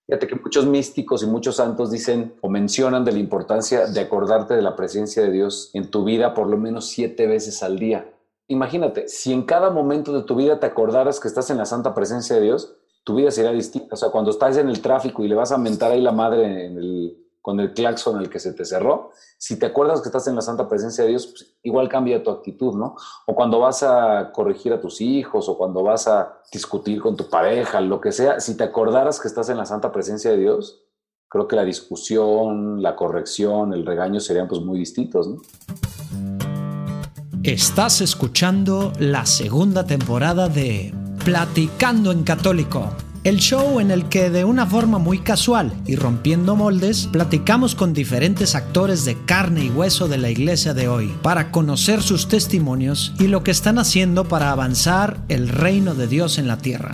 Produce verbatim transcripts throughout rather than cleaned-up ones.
Fíjate que muchos místicos y muchos santos dicen o mencionan de la importancia de acordarte de la presencia de Dios en tu vida por lo menos siete veces al día. Imagínate, si en cada momento de tu vida te acordaras que estás en la santa presencia de Dios, tu vida sería distinta. O sea, cuando estás en el tráfico y le vas a mentar ahí la madre en el, con el claxon en el que se te cerró, si te acuerdas que estás en la santa presencia de Dios, pues igual cambia tu actitud, ¿no? O cuando vas a corregir a tus hijos, o cuando vas a discutir con tu pareja, lo que sea, si te acordaras que estás en la santa presencia de Dios, creo que la discusión, la corrección, el regaño serían pues muy distintos, ¿no? Estás escuchando la segunda temporada de Platicando en Católico, el show en el que de una forma muy casual y rompiendo moldes, platicamos con diferentes actores de carne y hueso de la iglesia de hoy para conocer sus testimonios y lo que están haciendo para avanzar el reino de Dios en la tierra.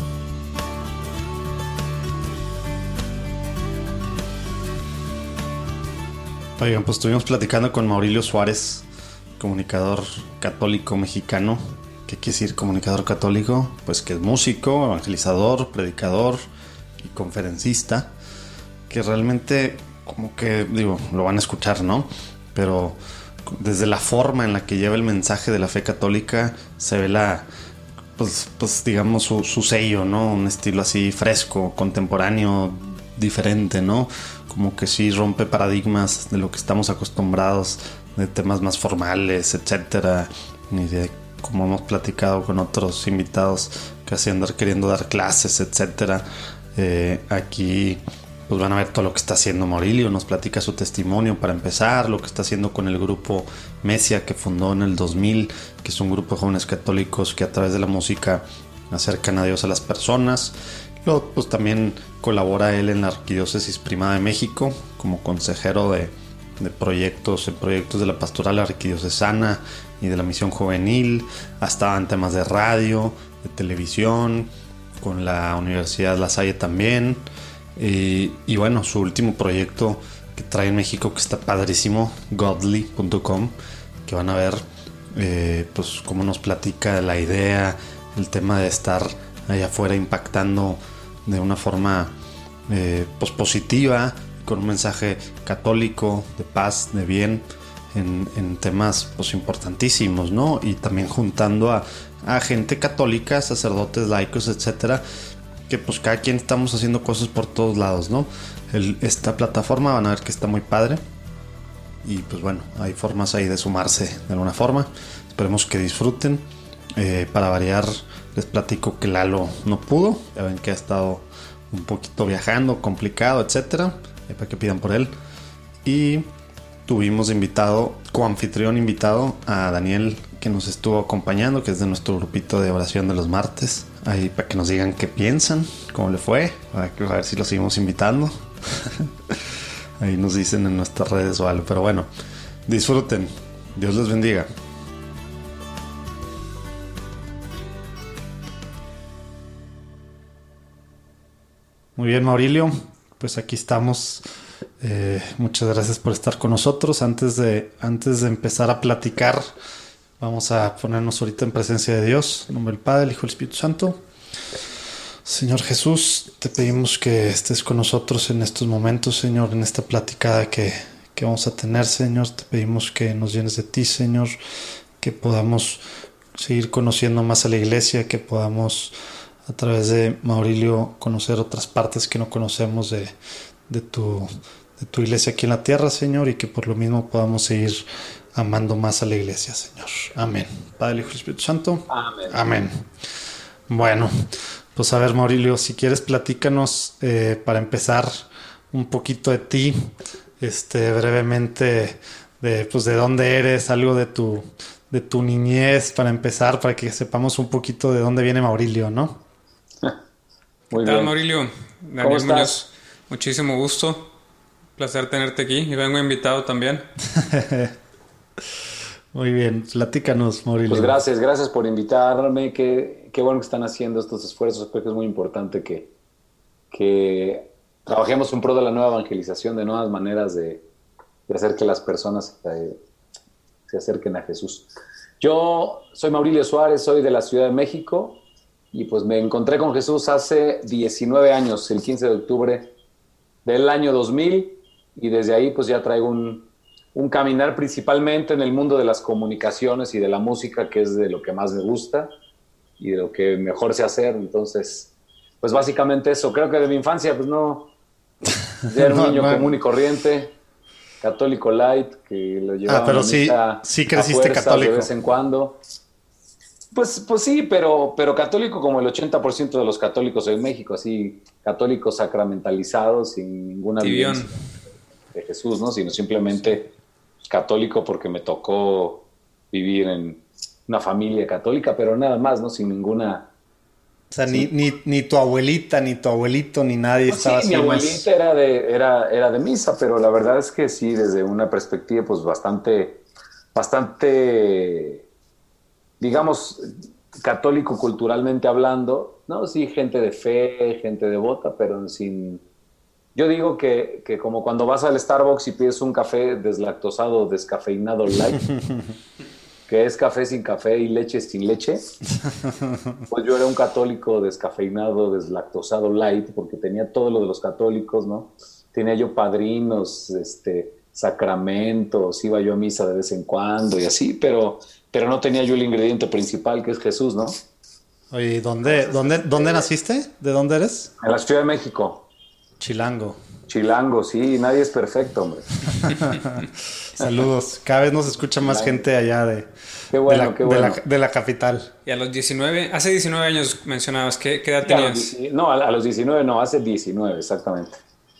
Oigan, pues estuvimos platicando con Maurilio Suárez, comunicador católico mexicano. ¿Qué quiere decir comunicador católico? Pues que es músico, evangelizador, predicador y conferencista, que realmente como que, digo, lo van a escuchar, ¿no? Pero desde la forma en la que lleva el mensaje de la fe católica se ve la, pues, pues digamos su, su sello, ¿no? Un estilo así fresco, contemporáneo, diferente, ¿no? Como que sí rompe paradigmas de lo que estamos acostumbrados, de temas más formales, etcétera, y de como hemos platicado con otros invitados que así andar queriendo dar clases, etcétera. Eh, aquí pues van a ver todo lo que está haciendo Maurilio, nos platica su testimonio para empezar, lo que está haciendo con el grupo Mesia que fundó en el dos mil, que es un grupo de jóvenes católicos que a través de la música acercan a Dios a las personas. Luego pues también colabora él en la Arquidiócesis Primada de México como consejero de de proyectos, en proyectos de la pastoral arquidiocesana y de la misión juvenil, hasta en temas de radio, de televisión, con la Universidad La Salle también, y, y bueno, su último proyecto que trae en México que está padrísimo, godly punto com, que van a ver eh, pues cómo nos platica la idea, el tema de estar allá afuera impactando de una forma eh, pues positiva, con un mensaje católico, de paz, de bien, en, en temas pues importantísimos, ¿no? Y también juntando a, a gente católica, sacerdotes, laicos, etcétera, que pues cada quien estamos haciendo cosas por todos lados, ¿no? El, esta plataforma van a ver que está muy padre y pues bueno, hay formas ahí de sumarse de alguna forma. Esperemos que disfruten. Eh, para variar, les platico que Lalo no pudo, ya ven que ha estado un poquito viajando, complicado, etcétera, para que pidan por él. Y tuvimos invitado, coanfitrión invitado a Daniel, que nos estuvo acompañando, que es de nuestro grupito de oración de los martes. Ahí para que nos digan qué piensan, cómo le fue, para que, a ver si lo seguimos invitando. Ahí nos dicen en nuestras redes o algo. Pero bueno, disfruten. Dios les bendiga. Muy bien, Maurilio. Pues aquí estamos. Eh, muchas gracias por estar con nosotros. Antes de, antes de empezar a platicar, vamos a ponernos ahorita en presencia de Dios. En nombre del Padre, el Hijo y el Espíritu Santo. Señor Jesús, te pedimos que estés con nosotros en estos momentos, Señor, en esta platicada que, que vamos a tener, Señor. Te pedimos que nos llenes de ti, Señor, que podamos seguir conociendo más a la iglesia, que podamos a través de Maurilio conocer otras partes que no conocemos de, de, tu, de tu iglesia aquí en la tierra, Señor, y que por lo mismo podamos seguir amando más a la iglesia, Señor. Amén. Padre, el Hijo y el Espíritu Santo. Amén. Amén. Bueno, pues a ver, Maurilio, si quieres platícanos eh, para empezar un poquito de ti, este, brevemente, de, pues de dónde eres, algo de tu, de tu niñez, para empezar, para que sepamos un poquito de dónde viene Maurilio, ¿no? Muy ¿Qué tal, bien. Maurilio? Daniel ¿Cómo estás? Muñoz, muchísimo gusto. Placer tenerte aquí y vengo invitado también. Muy bien, platícanos, Maurilio. Pues gracias, gracias por invitarme. Qué, qué bueno que están haciendo estos esfuerzos. Creo que es muy importante que, que trabajemos en pro de la nueva evangelización, de nuevas maneras de, de hacer que las personas eh, se acerquen a Jesús. Yo soy Maurilio Suárez, soy de la Ciudad de México. y pues me encontré con Jesús hace diecinueve años, el quince de octubre del año dos mil, y desde ahí pues ya traigo un, un caminar principalmente en el mundo de las comunicaciones y de la música, que es de lo que más me gusta y de lo que mejor sé hacer. Entonces, pues básicamente eso. Creo que de mi infancia pues no, ya era un No, niño no. común y corriente, católico light, que lo llevaba Ah, pero a sí, misa sí a creciste fuerzas católico. de vez en cuando. Pues, pues sí, pero, pero católico como el ochenta por ciento de los católicos en México, así, católicos sacramentalizados, sin ninguna Tibión. vivencia de Jesús, ¿no? Sino simplemente católico porque me tocó vivir en una familia católica, pero nada más, ¿no? Sin ninguna... O sea, ni, ni, ni tu abuelita, ni tu abuelito, ni nadie Pues sí, estaba mi así abuelita más... era de, era, era de misa, pero la verdad es que sí, desde una perspectiva pues bastante, bastante, digamos, católico culturalmente hablando, ¿no? Sí, gente de fe, gente devota, pero sin... Yo digo que, que como cuando vas al Starbucks y pides un café deslactosado, descafeinado light, que es café sin café y leche sin leche, pues yo era un católico descafeinado, deslactosado light, porque tenía todo lo de los católicos, ¿no? Tenía yo padrinos, este, sacramentos, iba yo a misa de vez en cuando y así, pero, pero no tenía yo el ingrediente principal, que es Jesús, ¿no? Oye, ¿dónde, dónde, dónde naciste? ¿De dónde eres? En la Ciudad de México. Chilango. Chilango, sí, nadie es perfecto, hombre. Saludos. Cada vez nos escucha más gente allá de, Qué bueno, de, la, qué de, bueno. la, de la capital. Y a los diecinueve, hace diecinueve años mencionabas, ¿qué, qué edad Sí, a los tenías? dieci- no, a, a los diecinueve, no, hace diecinueve, exactamente.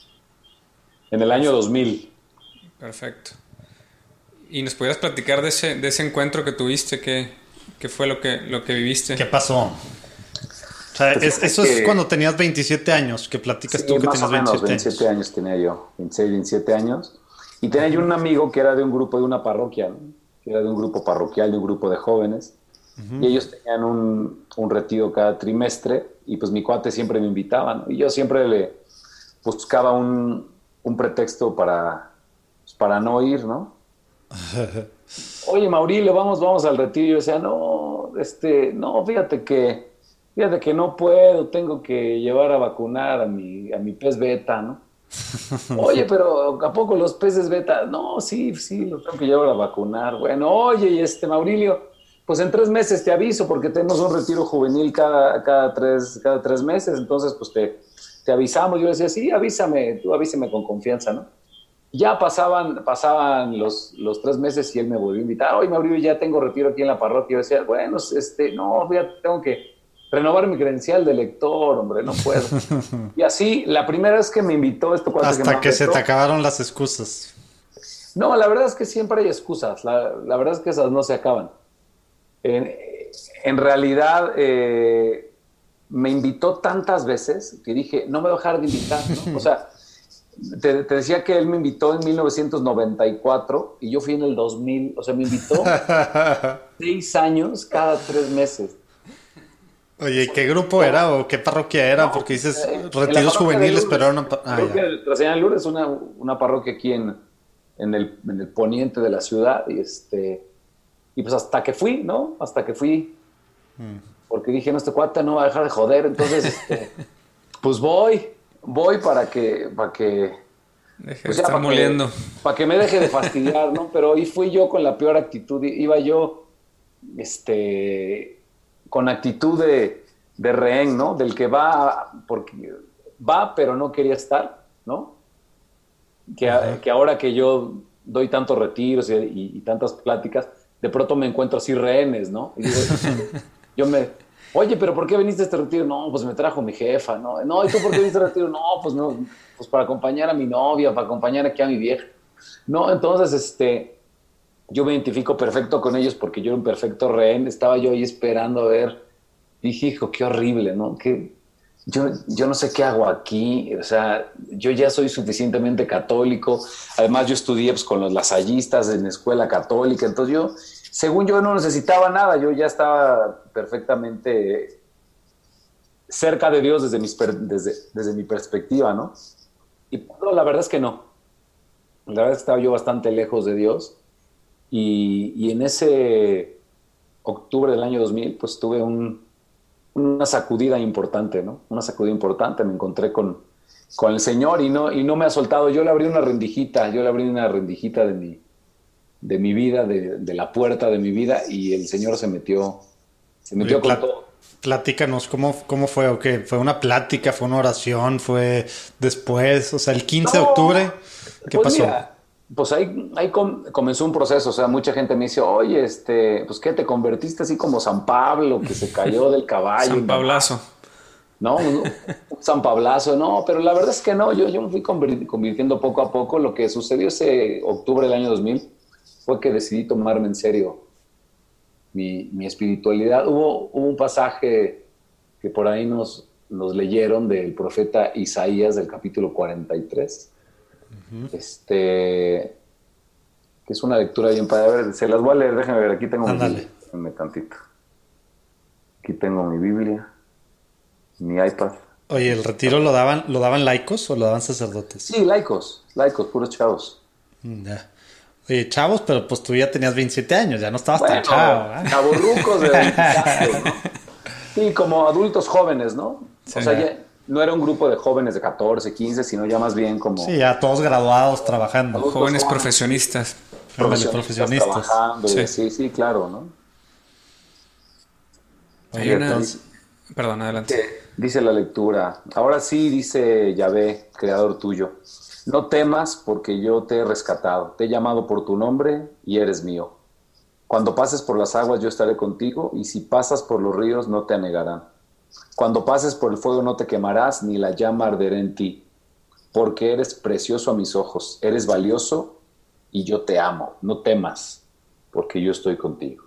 En el año dos mil. Perfecto. ¿Y nos podrías platicar de ese, de ese encuentro que tuviste? ¿Qué, qué fue lo que, lo que viviste? ¿Qué pasó? O sea, Pues es- fíjate eso es que- cuando tenías veintisiete años, que platicas Sí, tú que más tenías o menos, veintisiete veintisiete años. años tenía yo, veintiséis, veintisiete años. Y tenía yo un amigo que era de un grupo, de una parroquia, ¿no? Que era de un grupo parroquial, de un grupo de jóvenes. Y ellos tenían un, un retiro cada trimestre, y pues mi cuate siempre me invitaba, ¿no? Y yo siempre le buscaba un, un pretexto para, pues, para no ir, ¿no? Oye, Maurilio, vamos, vamos al retiro. Y yo decía, no, este, no, fíjate que, fíjate que no puedo, tengo que llevar a vacunar a mi, a mi pez beta, ¿no? Oye, pero ¿a poco los peces beta? No, sí, sí, los tengo que llevar a vacunar. Bueno, oye, y este, Maurilio, pues en tres meses te aviso, porque tenemos un retiro juvenil cada, cada, tres, cada tres meses, entonces pues te, te avisamos. Yo decía, sí, avísame, tú avísame con confianza, ¿no? Ya pasaban, pasaban los, los tres meses y él me volvió a invitar. Oye, Maurilio, ya tengo retiro aquí en la parroquia. Yo decía, bueno, este, no, ya tengo que renovar mi credencial de lector, hombre, no puedo. Y así, la primera vez que me invitó este cuate Hasta me que se apretó- te acabaron las excusas. No, la verdad es que siempre hay excusas. La, la verdad es que esas no se acaban. En, en realidad, eh, me invitó tantas veces que dije, no me voy a dejar de invitar, ¿no? O sea, te, te decía que él me invitó en mil novecientos noventa y cuatro y yo fui en el dos mil. O sea, me invitó seis años cada tres meses. Oye, ¿y qué grupo era o qué parroquia era? No, Porque dices eh, en la retiros parroquia de juveniles, Lourdes. pero era una... pa- La Ah, parroquia ya. de la Señora de Lourdes es una, una parroquia aquí en, en, el, en el poniente de la ciudad. Y, este, y pues hasta que fui, ¿no? Hasta que fui. Porque dije, no, este cuate no va a dejar de joder. Entonces, este, pues voy, voy para que... Para que Deje pues de estar para moliendo. Que, para que me deje de fastidiar, ¿no? Pero hoy fui yo con la peor actitud. Iba yo, este, con actitud de, de rehén, ¿no? Del que va, porque va, pero no quería estar, ¿no? Que, a, que ahora que yo doy tantos retiros y, y, y tantas pláticas, de pronto me encuentro así rehenes, ¿no? Y digo, yo me... Oye, pero ¿por qué viniste a este retiro? No, pues me trajo mi jefa, ¿no? No, ¿y tú por qué viniste a este retiro? No, pues no, pues para acompañar a mi novia, para acompañar aquí a mi vieja. No, entonces, este, yo me identifico perfecto con ellos porque yo era un perfecto rehén, estaba yo ahí esperando a ver. Dije, hijo, qué horrible, ¿no? Que yo, yo no sé qué hago aquí, o sea, yo ya soy suficientemente católico, además yo estudié pues, con los lasallistas en escuela católica, entonces yo... Según yo no necesitaba nada, yo ya estaba perfectamente cerca de Dios desde, mis per, desde, desde mi perspectiva, ¿no? Y no, la verdad es que no. La verdad es que estaba yo bastante lejos de Dios. Y, y en ese octubre del año dos mil, pues tuve un, una sacudida importante, ¿no? Una sacudida importante. Me encontré con, con el Señor y no, y no me ha soltado. Yo le abrí una rendijita, yo le abrí una rendijita de mi, de mi vida, de, de la puerta de mi vida, y el Señor se metió, se metió Oye, con plat- todo. Platícanos, ¿cómo, cómo fue o qué? ¿Fue una plática? ¿Fue una oración? ¿Fue después? O sea, el quince de No, octubre, ¿qué pues pasó? mira, pues ahí, ahí com- comenzó un proceso. O sea, mucha gente me dice, oye, este, pues ¿qué? ¿Te convertiste así como San Pablo, que se cayó del caballo? San Pablazo. No, un, un San Pablazo, no, pero la verdad es que no, yo, yo me fui convir- convirtiendo poco a poco. Lo que sucedió ese octubre del año dos mil fue que decidí tomarme en serio mi, mi espiritualidad. Hubo, hubo un pasaje que por ahí nos, nos leyeron del profeta Isaías del capítulo cuarenta y tres, uh-huh. este, que es una lectura bien padre. A ver, se las voy a leer, déjenme ver, aquí tengo Ándale. mi Biblia, déjenme tantito. Aquí tengo mi Biblia, mi iPad. Oye, ¿el retiro lo daban, lo daban laicos o lo daban sacerdotes? Sí, laicos, laicos, puros chavos. Ya. Oye, chavos, pero pues tú ya tenías veintisiete años, ya no estabas Bueno, tan chavo. ¿eh? Chavorrucos de veintisiete, ¿no? Sí, como adultos jóvenes, ¿no? Sí. O sea, ya no era un grupo de jóvenes de catorce, quince, sino ya más bien como... Sí, ya todos graduados, trabajando. Adultos Jóvenes jóvenes, profesionistas. profesionistas, profesionistas. trabajando, Sí. sí, sí, claro, ¿no? Hay una... entonces- Perdón, adelante. Dice, dice la lectura, ahora sí, dice Yahvé, creador tuyo, no temas porque yo te he rescatado, te he llamado por tu nombre y eres mío. Cuando pases por las aguas yo estaré contigo, y si pasas por los ríos no te anegarán. Cuando pases por el fuego no te quemarás, ni la llama arderá en ti, porque eres precioso a mis ojos, eres valioso y yo te amo. No temas, porque yo estoy contigo.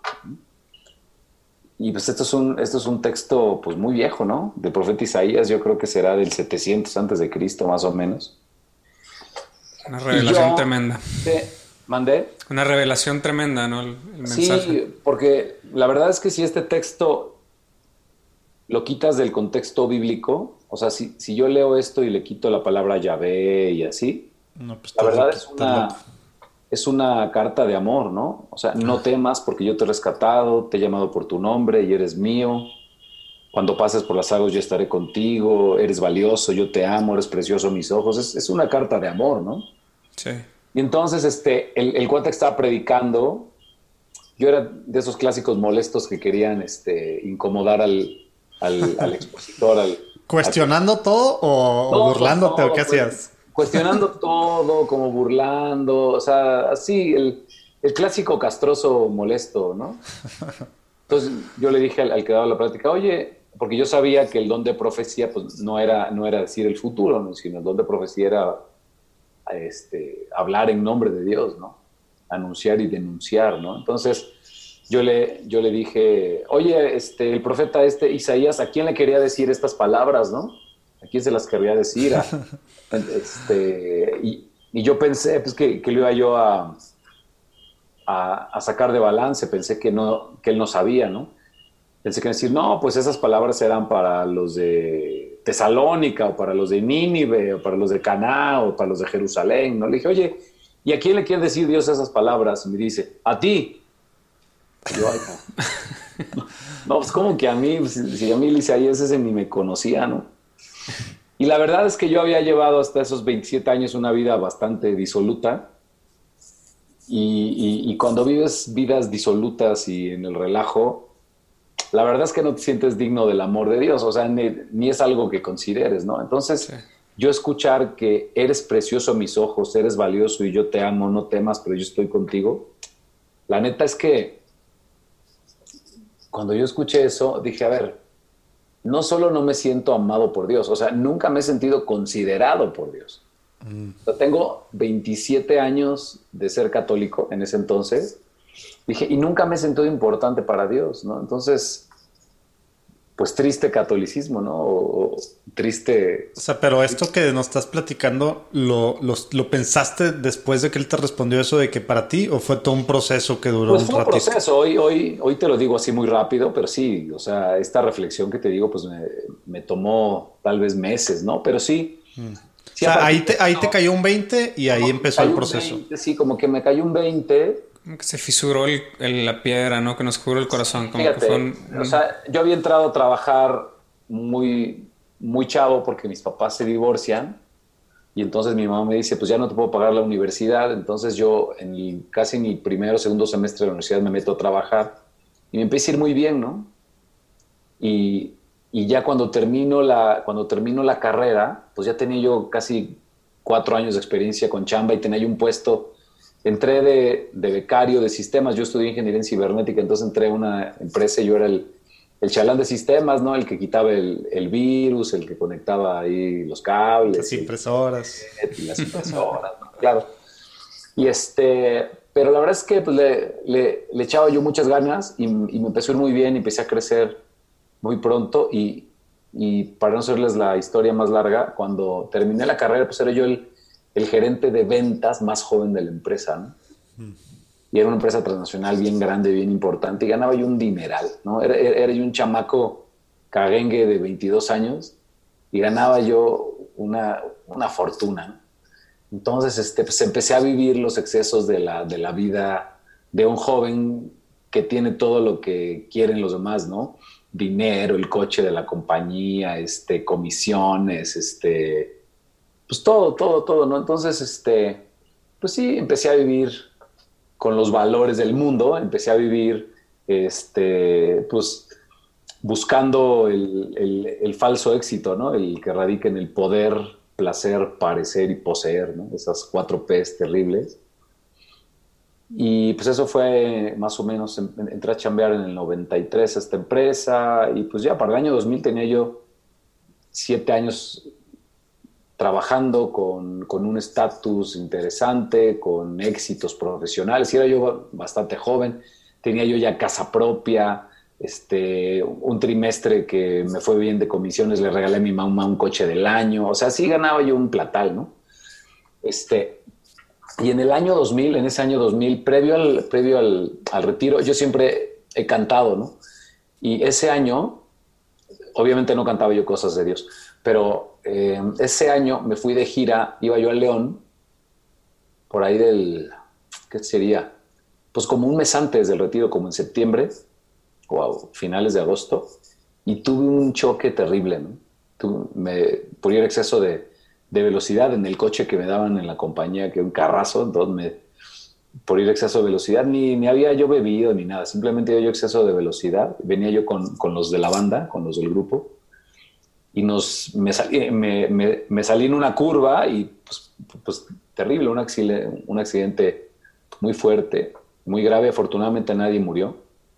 Y pues esto es un, esto es un texto pues muy viejo, ¿no? Del profeta Isaías, yo creo que será del setecientos antes de Cristo, más o menos. Una revelación yo, tremenda. Te mandé. Una revelación tremenda, ¿no? El, el mensaje. Sí, porque la verdad es que si este texto lo quitas del contexto bíblico, o sea, si, si yo leo esto y le quito la palabra Yahvé y así, No, pues, la estás verdad loco, es estás una, loco. es una carta de amor, ¿no? O sea, no temas porque yo te he rescatado, te he llamado por tu nombre y eres mío. Cuando pases por las aguas yo estaré contigo, eres valioso, yo te amo, eres precioso a mis ojos. Es, es una carta de amor, ¿no? Sí. Y entonces este, el, el cuate que estaba predicando, yo era de esos clásicos molestos que querían este, incomodar al, al, al expositor. Al, ¿Cuestionando al... todo o, todo, o burlándote todo, o qué pues, hacías? Cuestionando todo, como burlando, o sea, así, el, el clásico castroso molesto, ¿no? Entonces yo le dije al, al que daba la plática, oye, porque yo sabía que el don de profecía pues, no, era, no era decir el futuro, ¿no? Sino el don de profecía era este, hablar en nombre de Dios, ¿no? Anunciar y denunciar, ¿no? Entonces yo le, yo le dije, oye, este, el profeta este Isaías, ¿a quién le quería decir estas palabras, no? ¿A quién se las quería decir? A, este, y, y yo pensé pues, que, que lo iba yo a, a, a sacar de balance, pensé que, no, que él no sabía, ¿no? Pensé que iba a decir, no, pues esas palabras eran para los de Tesalónica, o para los de Nínive, o para los de Caná, o para los de Jerusalén, ¿no? Le dije, oye, ¿y a quién le quiere decir Dios esas palabras? Y me dice, a ti. Y yo, ay, no. No, pues como que a mí, si, si a mí Isaías ese ni me conocía, ¿no? Y la verdad es que yo había llevado hasta esos veintisiete años una vida bastante disoluta. Y, y, y cuando vives vidas disolutas y en el relajo, la verdad es que no te sientes digno del amor de Dios, o sea, ni, ni es algo que consideres, ¿no? Entonces, sí. Yo escuchar que eres precioso a mis ojos, eres valioso y yo te amo, no temas, pero yo estoy contigo, la neta es que cuando yo escuché eso, dije, a ver, no solo no me siento amado por Dios, o sea, nunca me he sentido considerado por Dios. Mm. O sea, tengo veintisiete años de ser católico en ese entonces, dije, y nunca me he sentido importante para Dios, ¿no? Entonces, pues triste catolicismo, ¿no? O, o triste... O sea, pero esto que nos estás platicando, ¿lo, lo, ¿lo pensaste después de que él te respondió eso de que para ti o fue todo un proceso que duró pues un fue un ratito? proceso, hoy, hoy, hoy te lo digo así muy rápido, pero sí, o sea, esta reflexión que te digo, pues me, me tomó tal vez meses, ¿no? Pero sí... Mm. sí o sea, ahí partir, te, ahí no, te cayó un veinte y ahí empezó el proceso. veinte, sí, como que me cayó un veinte Como que se fisuró el- el- la piedra, ¿no? Que nos cubrió el corazón. Como que Fíjate, fue un, o un- sea, yo había entrado a trabajar muy, muy chavo porque mis papás se divorcian y entonces mi mamá me dice, pues ya no te puedo pagar la universidad. Entonces yo en el- casi mi primero o segundo semestre de la universidad me meto a trabajar y me empieza a ir muy bien, ¿no? Y, y ya cuando termino, la, cuando termino la carrera, pues ya tenía yo casi cuatro años de experiencia con chamba y tenía yo un puesto. Entré de, de becario de sistemas, yo estudié ingeniería en cibernética, entonces entré a una empresa y yo era el, el chalán de sistemas, ¿no? El que quitaba el, el virus, el que conectaba ahí los cables. Las impresoras. Y las impresoras, ¿no? Claro. Y este, pero la verdad es que pues, le, le, le echaba yo muchas ganas y, y me empezó a ir muy bien y empecé a crecer muy pronto y, y para no hacerles la historia más larga, cuando terminé la carrera, pues era yo el, el gerente de ventas más joven de la empresa, ¿no? Mm. Y era una empresa transnacional bien grande, bien importante, y ganaba yo un dineral, ¿no? Era, era, era yo un chamaco caguengue de veintidós años y ganaba yo una, una fortuna, ¿no? Entonces este, pues empecé a vivir los excesos de la, de la vida de un joven que tiene todo lo que quieren los demás, ¿no? Dinero, el coche de la compañía, este, comisiones, este, pues todo, todo, todo, ¿no? Entonces, este, pues sí, empecé a vivir con los valores del mundo, empecé a vivir, este, pues buscando el, el, el falso éxito, ¿no? El que radica en el poder, placer, parecer y poseer, ¿no? Esas cuatro P's terribles. Y pues eso fue más o menos, entré a chambear en el noventa y tres a esta empresa y pues ya para el año dos mil tenía yo siete años trabajando con, con un estatus interesante, con éxitos profesionales. Y era yo bastante joven, tenía yo ya casa propia, este, un trimestre que me fue bien de comisiones, le regalé a mi mamá un coche del año. O sea, sí ganaba yo un platal, ¿no? Este... Y en el año dos mil, en ese año dos mil, previo al, previo al, al retiro, yo siempre he cantado, ¿no? Y ese año, obviamente no cantaba yo cosas de Dios, pero eh, ese año me fui de gira, iba yo a León, por ahí del, ¿qué sería? Pues como un mes antes del retiro, como en septiembre, o a finales de agosto, y tuve un choque terrible, ¿no? Tuve, me, por ir exceso de... de velocidad en el coche que me daban en la compañía, que un carrazo, entonces me, por ir exceso de velocidad, ni, ni había yo bebido ni nada, simplemente iba yo exceso de velocidad, venía yo con, con los de la banda, con los del grupo, y nos, me, salí, me, me, me salí en una curva y pues, pues terrible, un accidente, un accidente muy fuerte, muy grave, afortunadamente nadie murió,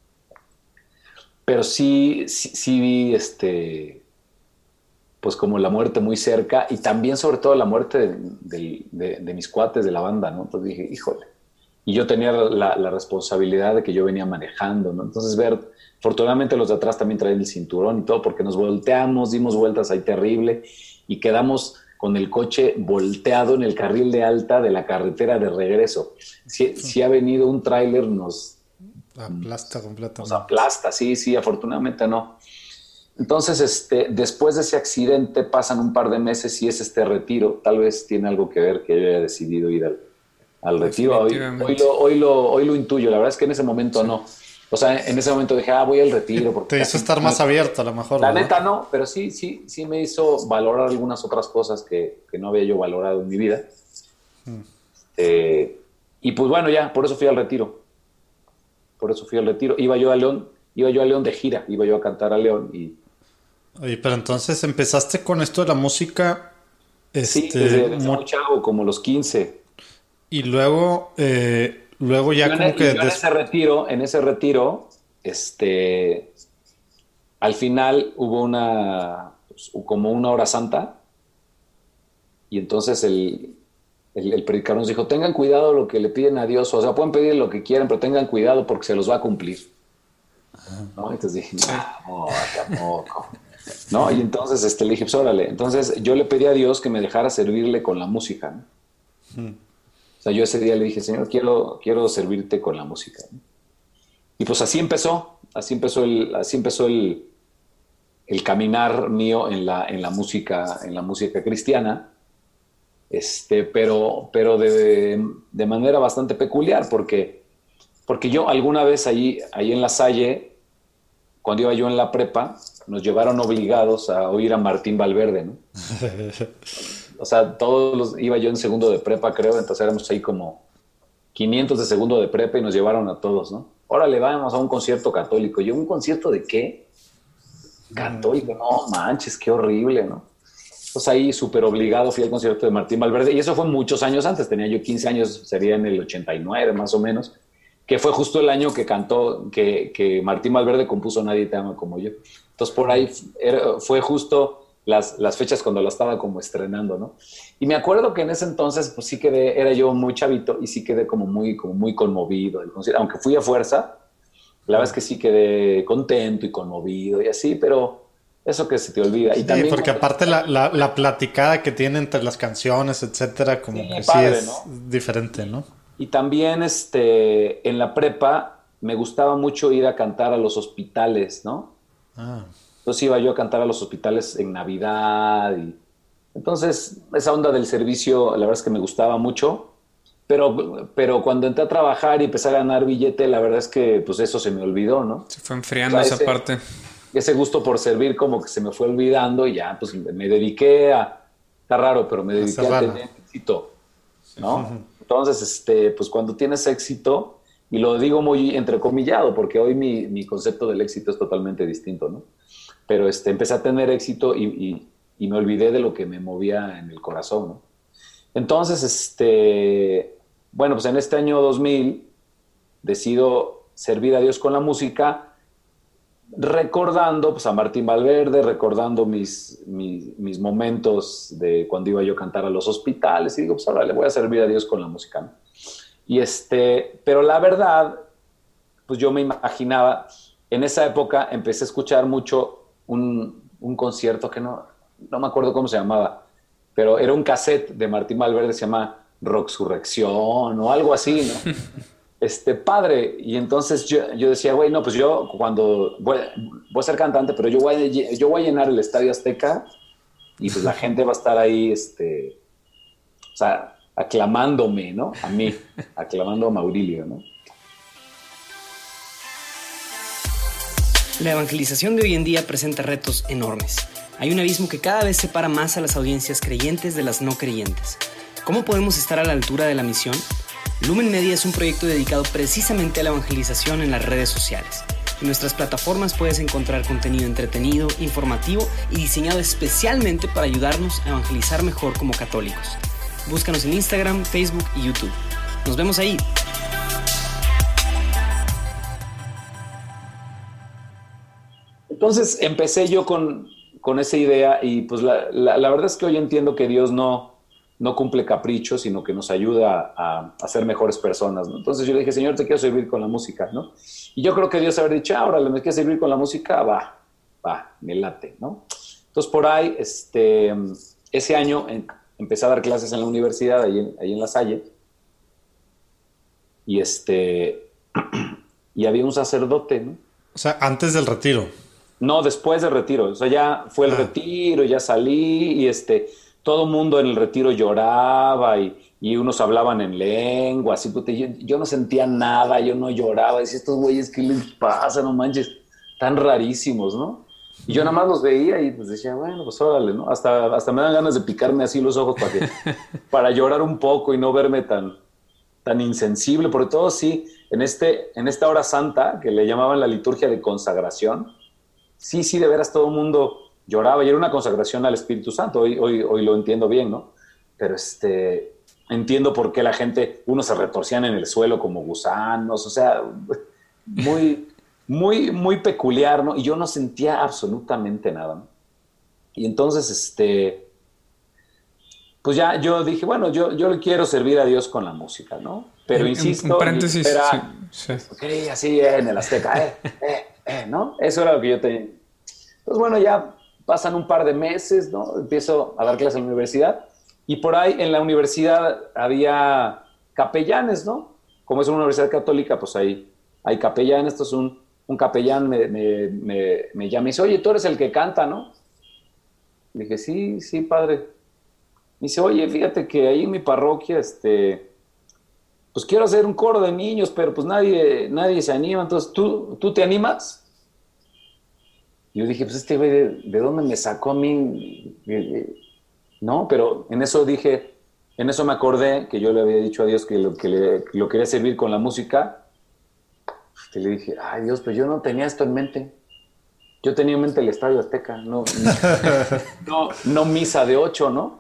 pero sí, sí, sí vi este... pues como la muerte muy cerca y también sobre todo la muerte de, de, de, de mis cuates de la banda, ¿no? Entonces dije, híjole. Y yo tenía la, la responsabilidad de que yo venía manejando, ¿no? Entonces ver, afortunadamente los de atrás también traen el cinturón y todo, porque nos volteamos, dimos vueltas ahí terrible y quedamos con el coche volteado en el carril de alta de la carretera de regreso. Si, si ha venido un tráiler, nos... aplasta completamente. Nos aplasta, sí, sí, afortunadamente no. Entonces, este, después de ese accidente pasan un par de meses y es este retiro. Tal vez tiene algo que ver que yo haya decidido ir al, al retiro. Hoy, hoy, lo, hoy, lo, hoy lo intuyo. La verdad es que en ese momento sí. no. O sea, en ese momento dije, ah, voy al retiro. Porque te hizo estar más abierto a lo mejor. La ¿verdad? neta no, pero sí, sí, sí me hizo valorar algunas otras cosas que, que no había yo valorado en mi vida. Hmm. Eh, y pues bueno, ya, por eso fui al retiro. Por eso fui al retiro. Iba yo a León, iba yo a León de gira, iba yo a cantar a León y... Oye, pero entonces empezaste con esto de la música. Sí, este, desde, desde muy chavo, como los quince. Y luego, eh, luego ya yo como en, que... Yo en ese retiro, en ese retiro, este, al final hubo una, pues, como una hora santa, y entonces el, el, el predicador nos dijo, tengan cuidado lo que le piden a Dios, o sea, pueden pedir lo que quieran, pero tengan cuidado porque se los va a cumplir. ¿No? Entonces dije, no, tampoco. ¿No? Y entonces este, le dije, pues órale. Entonces yo le pedí a Dios que me dejara servirle con la música, ¿no? Hmm. O sea, yo ese día le dije, Señor, quiero, quiero servirte con la música, ¿no? Y pues así empezó, así empezó el, así empezó el, el caminar mío en la, en la música, en la música cristiana, este, pero, pero de, de manera bastante peculiar, porque Porque yo alguna vez ahí, ahí en La Salle, cuando iba yo en la prepa, nos llevaron obligados a oír a Martín Valverde, ¿no? O sea, todos los, iba yo en segundo de prepa, creo, entonces éramos ahí como quinientos de segundo de prepa y nos llevaron a todos, ¿no? Órale, vamos a un concierto católico. ¿Yo un concierto de qué? Católico, no manches, qué horrible, ¿no? Pues ahí súper obligado fui al concierto de Martín Valverde y eso fue muchos años antes, tenía yo quince años, sería en el ochenta y nueve más o menos, que fue justo el año que cantó, que, que Martín Valverde compuso Nadie te ama como yo. Entonces por ahí era, fue justo las, las fechas cuando la estaba como estrenando, ¿no? Y me acuerdo que en ese entonces pues sí quedé, era yo muy chavito y sí quedé como muy, como muy conmovido del concierto, aunque fui a fuerza, la verdad es que sí quedé contento y conmovido y así, pero eso que se te olvida. Y sí, también porque cuando... aparte la, la, la platicada que tiene entre las canciones, etcétera, como sí, que padre, sí es ¿no? diferente, ¿no? Y también este, en la prepa me gustaba mucho ir a cantar a los hospitales, ¿no? Ah. Entonces iba yo a cantar a los hospitales en Navidad. Y... Entonces esa onda del servicio, la verdad es que me gustaba mucho. Pero, pero cuando entré a trabajar y empecé a ganar billete, la verdad es que pues eso se me olvidó, ¿no? Se fue enfriando, O sea, esa ese, parte. ese gusto por servir como que se me fue olvidando y ya pues me dediqué a, está raro, pero me dediqué a cerrarla. tener éxito, ¿no? Entonces, este, pues cuando tienes éxito, y lo digo muy entrecomillado, porque hoy mi, mi concepto del éxito es totalmente distinto, ¿no? Pero este, empecé a tener éxito y, y, y me olvidé de lo que me movía en el corazón, ¿no? Entonces, este, bueno, pues en este año dos mil decido servir a Dios con la música, recordando pues, a Martín Valverde, recordando mis, mis, mis momentos de cuando iba yo a cantar a los hospitales, y digo, pues ahora le voy a servir a Dios con la música, ¿no? Y este, pero la verdad, pues yo me imaginaba, en esa época empecé a escuchar mucho un, un concierto que no, no me acuerdo cómo se llamaba, pero era un cassette de Martín Valverde, se llama Rocksurrección o algo así, ¿no? Este, padre, y entonces yo, yo decía, güey, no, pues yo cuando voy, voy a ser cantante, pero yo voy, a, yo voy a llenar el Estadio Azteca y pues la gente va a estar ahí, este, o sea, aclamándome, ¿no? A mí, aclamando a Maurilio, ¿no? La evangelización de hoy en día presenta retos enormes. Hay un abismo que cada vez separa más a las audiencias creyentes de las no creyentes. ¿Cómo podemos estar a la altura de la misión? Lumen Media es un proyecto dedicado precisamente a la evangelización en las redes sociales. En nuestras plataformas puedes encontrar contenido entretenido, informativo y diseñado especialmente para ayudarnos a evangelizar mejor como católicos. Búscanos en Instagram, Facebook y YouTube. Nos vemos ahí. Entonces empecé yo con, con esa idea y pues la, la, la verdad es que hoy entiendo que Dios no, no cumple caprichos, sino que nos ayuda a, a ser mejores personas, ¿no? Entonces yo le dije, Señor, te quiero servir con la música, ¿no? Y yo creo que Dios haber dicho, ahora me quieres servir con la música, va, va, me late, ¿no? Entonces por ahí, este, ese año en, empecé a dar clases en la universidad, ahí en, ahí en La Salle, y este, y había un sacerdote, ¿no? O sea, antes del retiro. No, después del retiro. O sea, ya fue el Ah. retiro, ya salí y este, todo el mundo en el retiro lloraba y, y unos hablaban en lengua, así, puta, yo, yo no sentía nada, yo no lloraba. Decía, estos güeyes, ¿qué les pasa? No manches, tan rarísimos, ¿no? Y yo nada más los veía y pues decía, bueno, pues órale, ¿no? Hasta, hasta me dan ganas de picarme así los ojos para, que, para llorar un poco y no verme tan, tan insensible, porque todo sí, en, este, en esta hora santa, que le llamaban la liturgia de consagración, sí, sí, de veras todo el mundo lloraba y era una consagración al Espíritu Santo. Hoy, hoy, hoy lo entiendo bien, ¿no? Pero este, entiendo por qué la gente, unos se retorcían en el suelo como gusanos, o sea, muy, muy, muy peculiar, ¿no? Y yo no sentía absolutamente nada, ¿no? Y entonces, este, pues ya yo dije, bueno, yo, yo le quiero servir a Dios con la música, ¿no? Pero Un- insisto, un paréntesis, espera, sí, sí. ok, así en el Azteca, eh, eh, eh, ¿no? Eso era lo que yo tenía. Pues bueno, ya pasan un par de meses, ¿no? Empiezo a dar clases en la universidad y por ahí en la universidad había capellanes, ¿no? Como es una universidad católica, pues ahí hay capellanes. Entonces un, un capellán me, me, me, me llama y dice, oye, tú eres el que canta, ¿no? Le dije, sí, sí, padre. Me dice, oye, fíjate que ahí en mi parroquia, este, pues quiero hacer un coro de niños, pero pues nadie, nadie se anima, entonces, ¿tú, ¿tú te animas? Y yo dije, pues este güey, ¿de, ¿de dónde me sacó a mí? No, pero en eso dije, en eso me acordé que yo le había dicho a Dios que lo, que le, que lo quería servir con la música. Y le dije, ay Dios, pero yo no tenía esto en mente. Yo tenía en mente el Estadio Azteca, no, no, no misa de ocho, ¿no?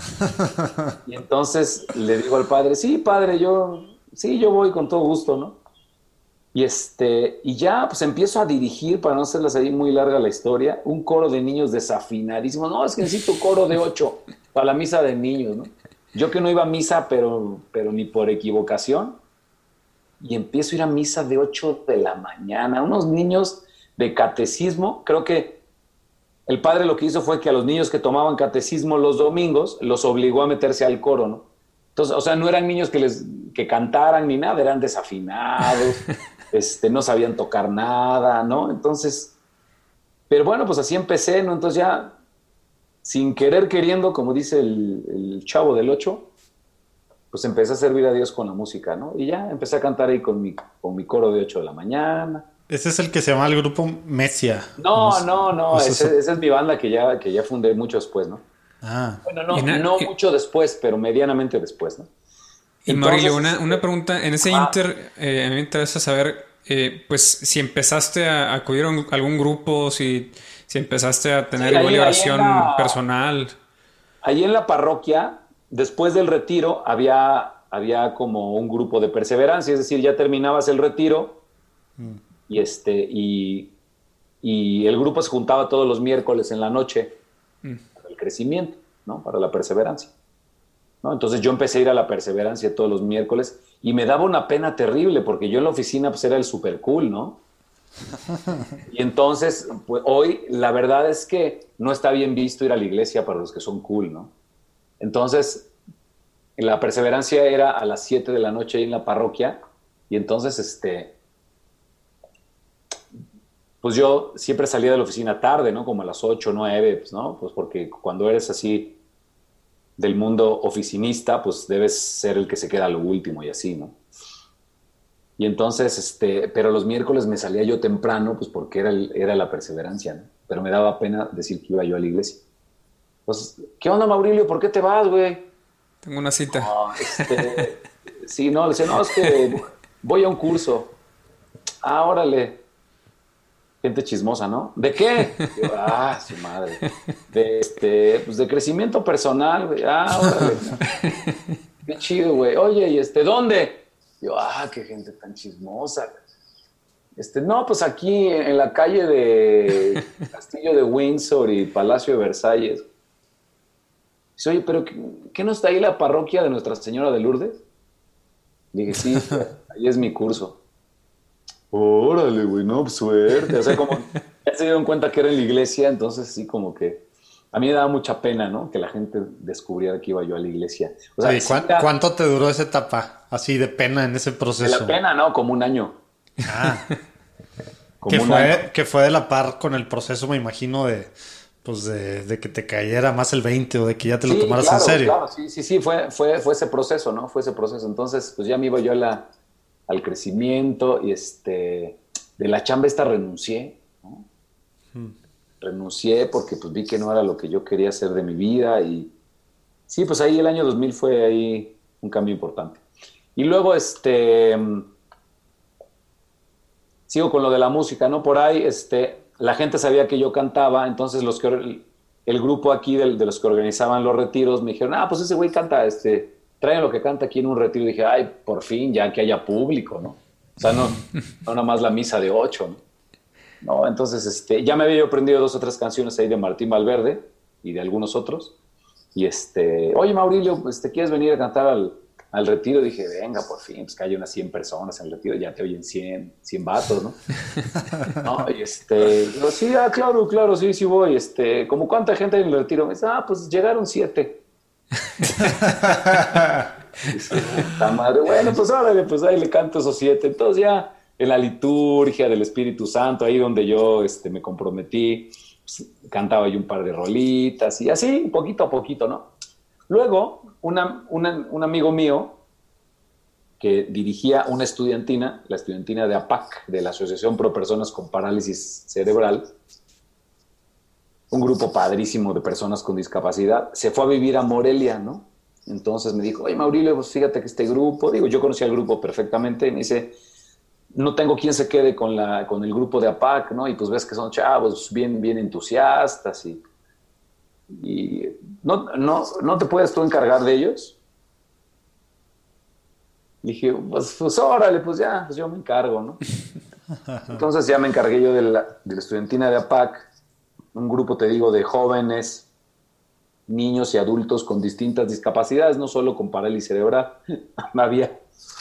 Y entonces le digo al padre, sí, padre, yo, sí, yo voy con todo gusto, ¿no? Y, este, y ya, pues empiezo a dirigir, para no hacerles ahí muy larga la historia, un coro de niños desafinadísimos. No, es que necesito coro de ocho para la misa de niños, ¿no? Yo que no iba a misa, pero, pero ni por equivocación. Y empiezo a ir a misa de ocho de la mañana. Unos niños de catecismo. Creo que el padre lo que hizo fue que a los niños que tomaban catecismo los domingos los obligó a meterse al coro, ¿no? Entonces, o sea, no eran niños que, les, que cantaran ni nada, eran desafinados, este, no sabían tocar nada, ¿no? Entonces, pero bueno, pues así empecé, ¿no? Entonces ya, sin querer queriendo, como dice el, el Chavo del Ocho, pues empecé a servir a Dios con la música, ¿no? Y ya empecé a cantar ahí con mi, con mi coro de ocho de la mañana. Ese es el que se llama el grupo Mesia. No, no, no, pues ese, eso... esa es mi banda que ya, que ya fundé mucho después, ¿no? Ah. Bueno, no, na- no y... mucho después, pero medianamente después, ¿no? Y Entonces, Maurilio, una, este, una pregunta, en ese ah, inter, eh, a mí me interesa saber, eh, pues, si empezaste a acudir a un- algún grupo, si, si empezaste a tener sí, igual ahí, ahí en oración la, personal. ahí en la parroquia, después del retiro, había, había como un grupo de perseverancia, es decir, ya terminabas el retiro mm. y, este, y, y el grupo se juntaba todos los miércoles en la noche mm. para el crecimiento, ¿no? Para la perseverancia. ¿No? Entonces yo empecé a ir a la perseverancia todos los miércoles y me daba una pena terrible porque yo en la oficina pues era el super cool, ¿no? Y entonces pues, hoy la verdad es que no está bien visto ir a la iglesia para los que son cool, ¿no? Entonces la perseverancia era a las siete de la noche ahí en la parroquia y entonces este pues yo siempre salía de la oficina tarde, ¿no? Como a las ocho, nueve, pues, ¿no? Pues porque cuando eres así del mundo oficinista, pues debes ser el que se queda a lo último y así, ¿no? Y entonces, este, pero los miércoles me salía yo temprano, pues porque era, el, era la perseverancia, ¿no? Pero me daba pena decir que iba yo a la iglesia. Pues, ¿qué onda, Maurilio? ¿Por qué te vas, güey? Tengo una cita. No, este, sí, no, le decía, no, es que voy a un curso. Ah, órale. Gente chismosa, ¿no? ¿De qué? Yo, ah, su madre. De, este, pues de crecimiento personal, güey. Ah, órale. ¿No? Qué chido, güey. Oye, ¿y este dónde? Yo, ah, qué gente tan chismosa. Este, no, pues aquí en la calle de Castillo de Windsor y Palacio de Versalles. Dice, oye, pero ¿qué, ¿qué no está ahí la parroquia de Nuestra Señora de Lourdes? Dije, sí, ahí es mi curso. Órale, güey, no, pues suerte. O sea, como ya se dieron cuenta que era en la iglesia, entonces sí, como que a mí me daba mucha pena, ¿no? Que la gente descubriera que iba yo a la iglesia. O sea, sí, ¿cu- era, ¿Cuánto te duró esa etapa? Así de pena en ese proceso. De la pena, ¿no? Como un año. Ah. Como que, un fue, año. que fue de la par con el proceso, me imagino, de pues de, de que te cayera más el veinte o de que ya te lo Sí, tomaras claro, en serio. Claro, sí, sí, sí, fue, fue, fue ese proceso, ¿no? Fue ese proceso. Entonces, pues ya me iba yo a la, al crecimiento y este... De la chamba esta renuncié, ¿no? Hmm. Renuncié porque pues vi que no era lo que yo quería hacer de mi vida y sí, pues ahí el año dos mil fue ahí un cambio importante. Y luego este sigo con lo de la música, ¿no? Por ahí este la gente sabía que yo cantaba, entonces los que el grupo aquí de, de los que organizaban los retiros me dijeron, ah, pues ese güey canta, este, traen lo que canta aquí en un retiro. Y dije, ay, por fin, ya que haya público, ¿no? O sea, no, no nada más la misa de ocho, ¿no? No, entonces este, ya me había yo aprendido dos o tres canciones ahí de Martín Valverde y de algunos otros. Y este, oye, Maurilio, este, ¿quieres venir a cantar al, al retiro? Dije, venga, por fin, pues que haya unas cien personas en el retiro, ya te oyen cien, cien vatos, ¿no? No, y este, yo, sí, ah, claro, claro, sí, sí voy. Este, ¿cómo cuánta gente hay en el retiro? Me dice, ah, pues llegaron siete. Esta madre, bueno, pues órale, pues ahí le canto esos siete. Entonces ya en la liturgia del Espíritu Santo, ahí donde yo este, me comprometí, pues, cantaba yo un par de rolitas y así, poquito a poquito, ¿no? Luego, una, una, un amigo mío que dirigía una estudiantina, la estudiantina de A P A C, de la Asociación Pro Personas con Parálisis Cerebral, un grupo padrísimo de personas con discapacidad, se fue a vivir a Morelia, ¿no? Entonces me dijo, oye, Maurilio, pues fíjate que este grupo, digo, yo conocía el grupo perfectamente, y me dice, no tengo quien se quede con, la, con el grupo de A P A C, ¿no? Y pues ves que son chavos bien, bien entusiastas y, y ¿no, no, ¿no te puedes tú encargar de ellos? Dije, pues, pues órale, pues ya, pues yo me encargo, ¿no? Entonces ya me encargué yo de la, de la estudiantina de A P A C, un grupo, te digo, de jóvenes, niños y adultos con distintas discapacidades, no solo con parálisis cerebral. Había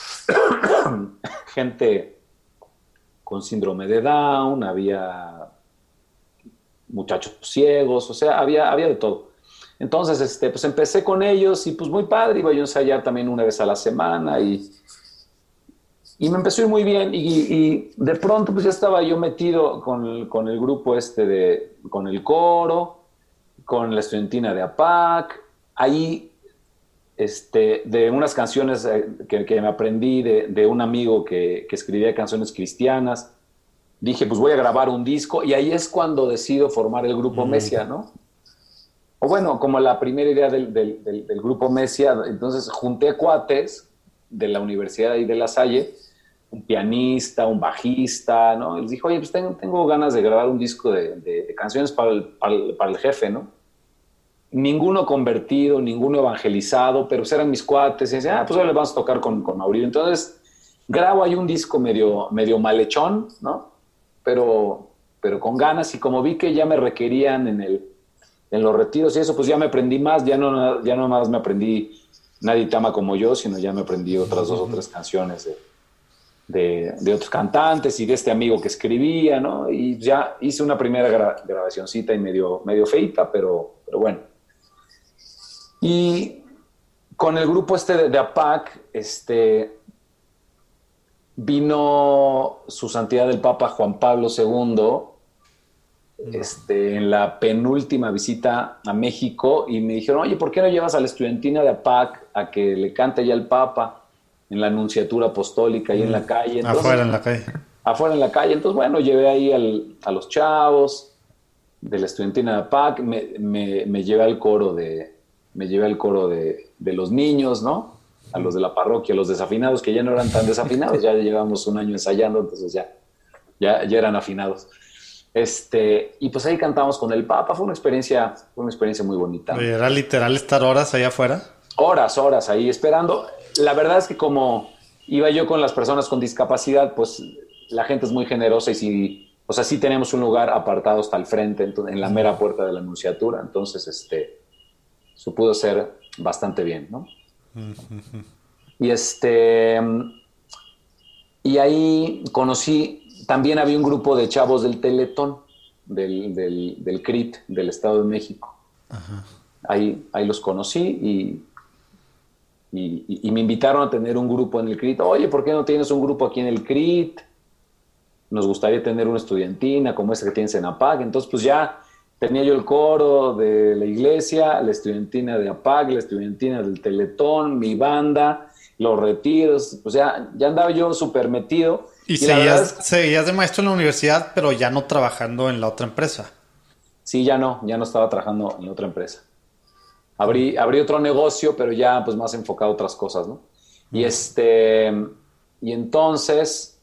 gente con síndrome de Down, había muchachos ciegos, o sea, había, había de todo. Entonces, este, pues empecé con ellos y pues muy padre, iba yo a ensayar también una vez a la semana y, y me empezó a ir muy bien y, y de pronto pues ya estaba yo metido con el, con el grupo este de, con el coro, con la estudiantina de A P A C, ahí este, de unas canciones que, que me aprendí de, de un amigo que, que escribía canciones cristianas, dije pues voy a grabar un disco y ahí es cuando decido formar el grupo mm. Mesia, ¿no? O bueno, como la primera idea del, del, del, del grupo Mesia, entonces junté cuates de la Universidad y de La Salle, un pianista, un bajista, ¿no? Y les dije, oye, pues tengo, tengo ganas de grabar un disco de, de, de canciones para el, para, el, para el jefe, ¿no? Ninguno convertido, ninguno evangelizado, pero pues eran mis cuates, y decían, ah, pues ahora le vamos a tocar con, con Maurilio. Entonces, grabo ahí un disco medio, medio malhechón, ¿no? Pero, pero con ganas, y como vi que ya me requerían en el en los retiros y eso, pues ya me aprendí más, ya no, ya no más me aprendí Nadie te ama como yo, sino ya me aprendí otras dos o tres canciones de, de, de otros cantantes y de este amigo que escribía, ¿no? Y ya hice una primera gra- grabacioncita y medio, medio feita, pero, pero bueno. Y con el grupo este de, de A P A C, este, vino su santidad el Papa Juan Pablo segundo, Este, en la penúltima visita a México y me dijeron, oye, ¿por qué no llevas a la estudiantina de A P A C a que le cante ya al Papa en la Anunciatura Apostólica y mm. en la calle? Entonces, afuera en la calle. Afuera en la calle. Entonces, bueno, llevé ahí al, a los chavos de la estudiantina de A P A C, me, me, me llevé al coro de me llevé al coro de, de los niños, ¿no? A los de la parroquia, los desafinados, que ya no eran tan desafinados, ya llevamos un año ensayando, entonces ya, ya, ya eran afinados. Este, y pues ahí cantamos con el Papa, fue una experiencia, fue una experiencia muy bonita. ¿Era literal estar horas allá afuera? Horas, horas ahí esperando. La verdad es que como iba yo con las personas con discapacidad, pues la gente es muy generosa y sí, o sea, sí tenemos un lugar apartado hasta el frente, en la mera puerta de la Anunciatura, entonces este, se pudo hacer bastante bien, ¿no? Uh-huh. Y este, y ahí conocí. También había un grupo de chavos del Teletón, del, del, del C R I T, del Estado de México. Ajá. Ahí, ahí los conocí y, y, y me invitaron a tener un grupo en el C R I T. Oye, ¿por qué no tienes un grupo aquí en el C R I T? Nos gustaría tener una estudiantina como esta que tienes en A P A C. Entonces, pues ya tenía yo el coro de la iglesia, la estudiantina de A P A C, la estudiantina del Teletón, mi banda, los retiros. Pues ya, ya andaba yo súper metido. Y, y seguías, es, seguías de maestro en la universidad, pero ya no trabajando en la otra empresa. Sí, ya no, ya no estaba trabajando en otra empresa. Abrí, abrí otro negocio, pero ya pues más enfocado a otras cosas, ¿no? Mm. Y este, y entonces,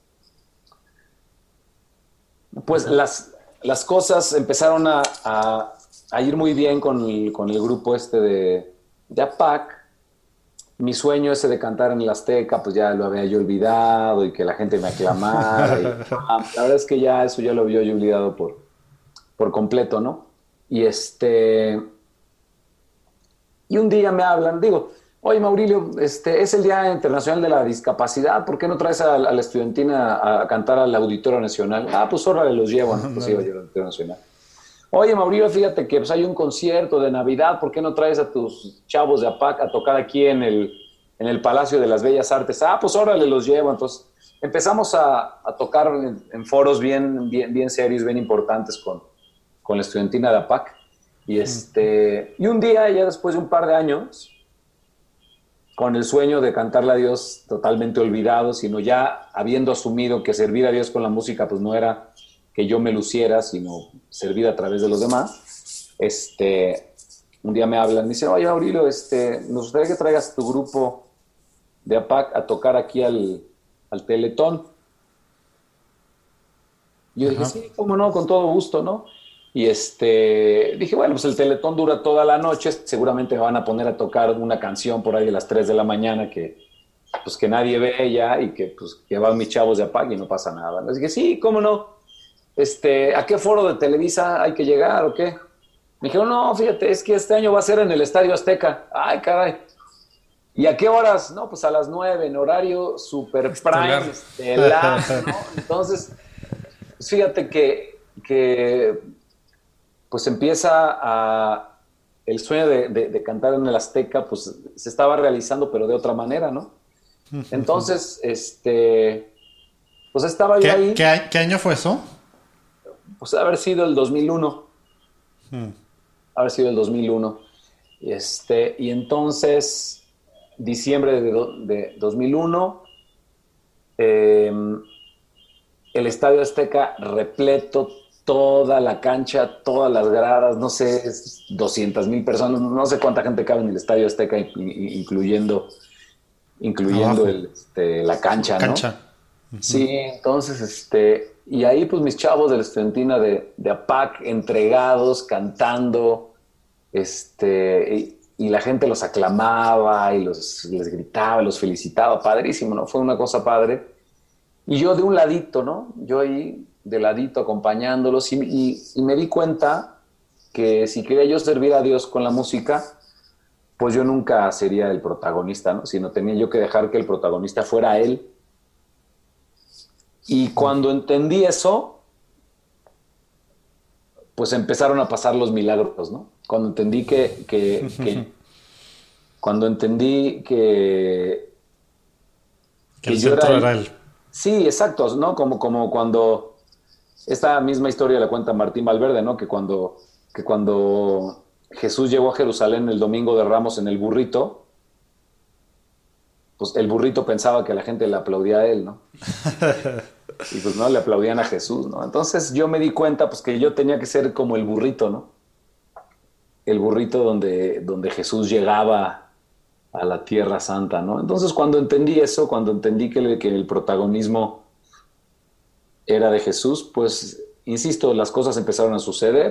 pues las, las cosas empezaron a, a, a ir muy bien con el, con el grupo este de, de A P A C. Mi sueño ese de cantar en el Azteca, pues ya lo había yo olvidado y que la gente me aclamara. Y, ah, la verdad es que ya eso ya lo había yo olvidado por, por completo, ¿no? Y este... Y un día me hablan, digo, oye, Maurilio, este, es el Día Internacional de la Discapacidad, ¿por qué no traes a, a la estudiantina a, a cantar al Auditorio Nacional? Ah, pues órale, los llevo, ¿no? Pues iba yo al Auditorio Nacional. Oye, Maurilio, fíjate que pues, hay un concierto de Navidad, ¿por qué no traes a tus chavos de A P A C a tocar aquí en el, en el Palacio de las Bellas Artes? Ah, pues órale, los llevo. Entonces empezamos a, a tocar en, en foros bien, bien, bien serios, bien importantes con, con la estudiantina de A P A C. Y, este, y un día, ya después de un par de años, con el sueño de cantarle a Dios totalmente olvidado, sino ya habiendo asumido que servir a Dios con la música pues no era que yo me luciera, sino servir a través de los demás. Este, un día me hablan, me dicen, oye, Aurelio, este, nos gustaría que traigas tu grupo de A P A C a tocar aquí al, al Teletón. Y yo Ajá. dije, sí, cómo no, con todo gusto, ¿no? Y este, dije, bueno, pues el Teletón dura toda la noche, seguramente me van a poner a tocar una canción por ahí a las tres de la mañana que, pues, que nadie ve ya y que, pues, que van mis chavos de A P A C y no pasa nada. Así que sí, cómo no. Este, ¿a qué foro de Televisa hay que llegar o qué? Me dijeron, no, fíjate, es que este año va a ser en el Estadio Azteca. Ay, caray. ¿Y a qué horas? No, pues a las nueve, en horario super prime, estelar, ¿no? Entonces, pues fíjate que, que pues empieza a... El sueño de, de, de cantar en el Azteca, pues se estaba realizando, pero de otra manera, ¿no? Entonces, este... Pues estaba yo ahí. ¿Qué, ¿Qué año fue eso? Pues haber sido el dos mil uno. Hmm. Haber sido el dos mil uno. Este, y entonces, diciembre de, do, de dos mil uno, eh, el Estadio Azteca repleto, toda la cancha, todas las gradas, no sé, doscientas mil personas, no sé cuánta gente cabe en el Estadio Azteca, incluyendo, incluyendo el, este, la cancha, cancha. ¿no? Uh-huh. Sí, entonces, este... Y ahí, pues, mis chavos de la estudiantina de, de A P A C entregados, cantando, este, y, y la gente los aclamaba y los, les gritaba, los felicitaba. Padrísimo, ¿no? Fue una cosa padre. Y yo de un ladito, ¿no? Yo ahí de ladito acompañándolos y, y, y me di cuenta que si quería yo servir a Dios con la música, pues yo nunca sería el protagonista, ¿no? Sino tenía yo que dejar que el protagonista fuera él. Y cuando entendí eso, pues empezaron a pasar los milagros, ¿no? Cuando entendí que... que, que cuando entendí que... Que, que el centro era, era él. Sí, exacto, ¿no? Como, como cuando... Esta misma historia la cuenta Martín Valverde, ¿no? Que cuando, que cuando Jesús llegó a Jerusalén el domingo de Ramos en el burrito, pues el burrito pensaba que la gente le aplaudía a él, ¿no? Y pues no, le aplaudían a Jesús, ¿no? Entonces yo me di cuenta pues que yo tenía que ser como el burrito, ¿no? El burrito donde, donde Jesús llegaba a la Tierra Santa, ¿no? Entonces cuando entendí eso, cuando entendí que el, que el protagonismo era de Jesús, pues, insisto, las cosas empezaron a suceder.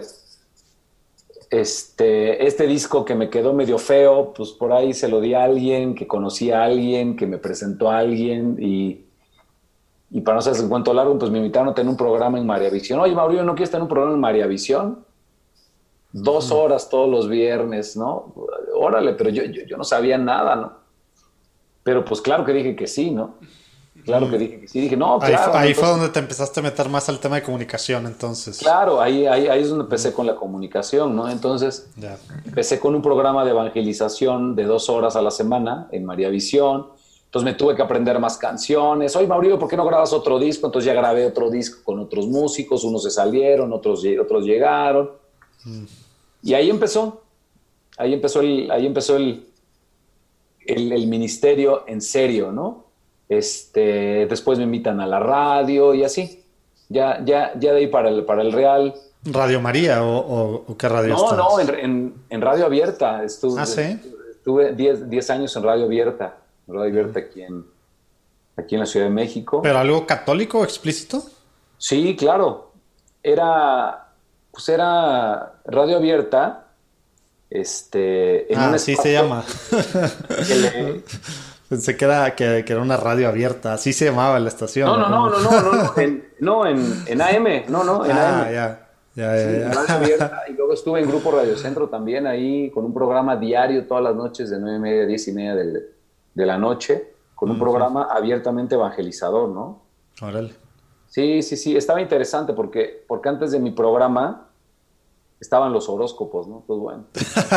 Este, este disco que me quedó medio feo, pues por ahí se lo di a alguien, que conocía a alguien, que me presentó a alguien y... Y para no hacerse el cuento largo, pues me invitaron a tener un programa en Mariavisión. Oye, Mauricio, ¿no quieres tener un programa en Mariavisión? Dos horas todos los viernes, ¿no? Órale, pero yo, yo, yo no sabía nada, ¿no? Pero pues claro que dije que sí, ¿no? Claro que dije que sí. Dije, no, claro. Ahí, fue, ahí entonces, fue donde te empezaste a meter más al tema de comunicación, entonces. Claro, ahí, ahí, ahí es donde empecé con la comunicación, ¿no? Entonces, ya. Empecé con un programa de evangelización de dos horas a la semana en Mariavisión. Entonces me tuve que aprender más canciones. Oye, Mauricio, ¿por qué no grabas otro disco? Entonces ya grabé otro disco con otros músicos. Unos se salieron, otros, otros llegaron. Mm. Y ahí empezó. Ahí empezó el, ahí empezó el, el, el ministerio en serio, ¿no? Este, después me invitan a la radio y así. Ya, ya, ya de ahí para el, para el Real. ¿Radio María o, o, o qué radio no, estás? No, en, en, en Radio Abierta. Estuve, ¿Ah, sí? Estuve diez años en Radio Abierta. Radio Abierta aquí en, aquí en la Ciudad de México. ¿Pero algo católico explícito? Sí, claro. Era, pues era Radio Abierta. Este, en ah, un sí se llama. Que le... Pensé que era, que, que era una radio abierta. Así se llamaba la estación. No, no, no, no, no, no, no, en, no, en, en A M. No, no, en ah, A M. Ya, ya, ya, sí, ya. Radio Abierta. Y luego estuve en Grupo Radio Centro también ahí con un programa diario todas las noches de nueve y media a diez y media del de la noche, con un uh-huh. programa abiertamente evangelizador, ¿no? Órale. Sí, sí, sí, estaba interesante porque, porque antes de mi programa estaban los horóscopos, ¿no? Pues bueno.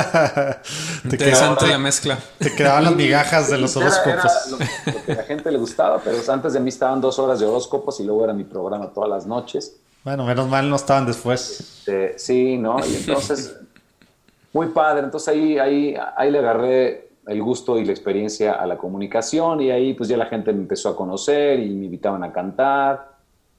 Te interesante la mezcla. Te quedaban las migajas de los horóscopos. Era, era lo, lo que a la gente le gustaba, pero antes de mí estaban dos horas de horóscopos y luego era mi programa todas las noches. Bueno, menos mal no estaban después. Este, sí, ¿no? Y entonces, muy padre. Entonces ahí, ahí, ahí le agarré... el gusto y la experiencia a la comunicación, y ahí pues ya la gente me empezó a conocer y me invitaban a cantar.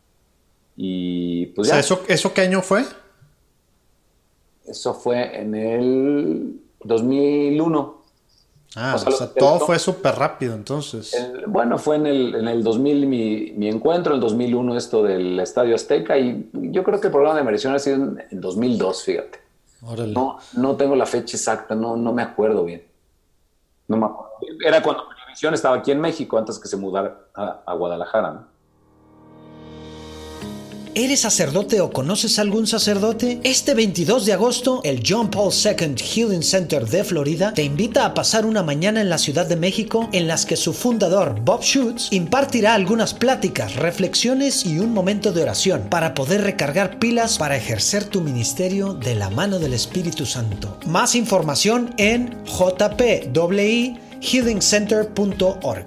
Y pues O sea, ya. ¿eso, ¿eso qué año fue? Eso fue en el dos mil uno. Ah, O o sea, sea, lo- todo el- fue súper rápido entonces. El- bueno, fue en el, en el dos mil mi, mi encuentro, en el dos mil uno esto del Estadio Azteca, y yo creo que el programa de Emerson ha sido en, en dos mil dos, fíjate. Órale. No, no tengo la fecha exacta, no, no me acuerdo bien. No me acuerdo. Era cuando Televisión estaba aquí en México, antes que se mudara a, a Guadalajara, ¿no? ¿Eres sacerdote o conoces algún sacerdote? Este veintidós de agosto, el John Paul segundo Healing Center de Florida te invita a pasar una mañana en la Ciudad de México en las que su fundador, Bob Schutz, impartirá algunas pláticas, reflexiones y un momento de oración para poder recargar pilas para ejercer tu ministerio de la mano del Espíritu Santo. Más información en j p w i healing center punto org.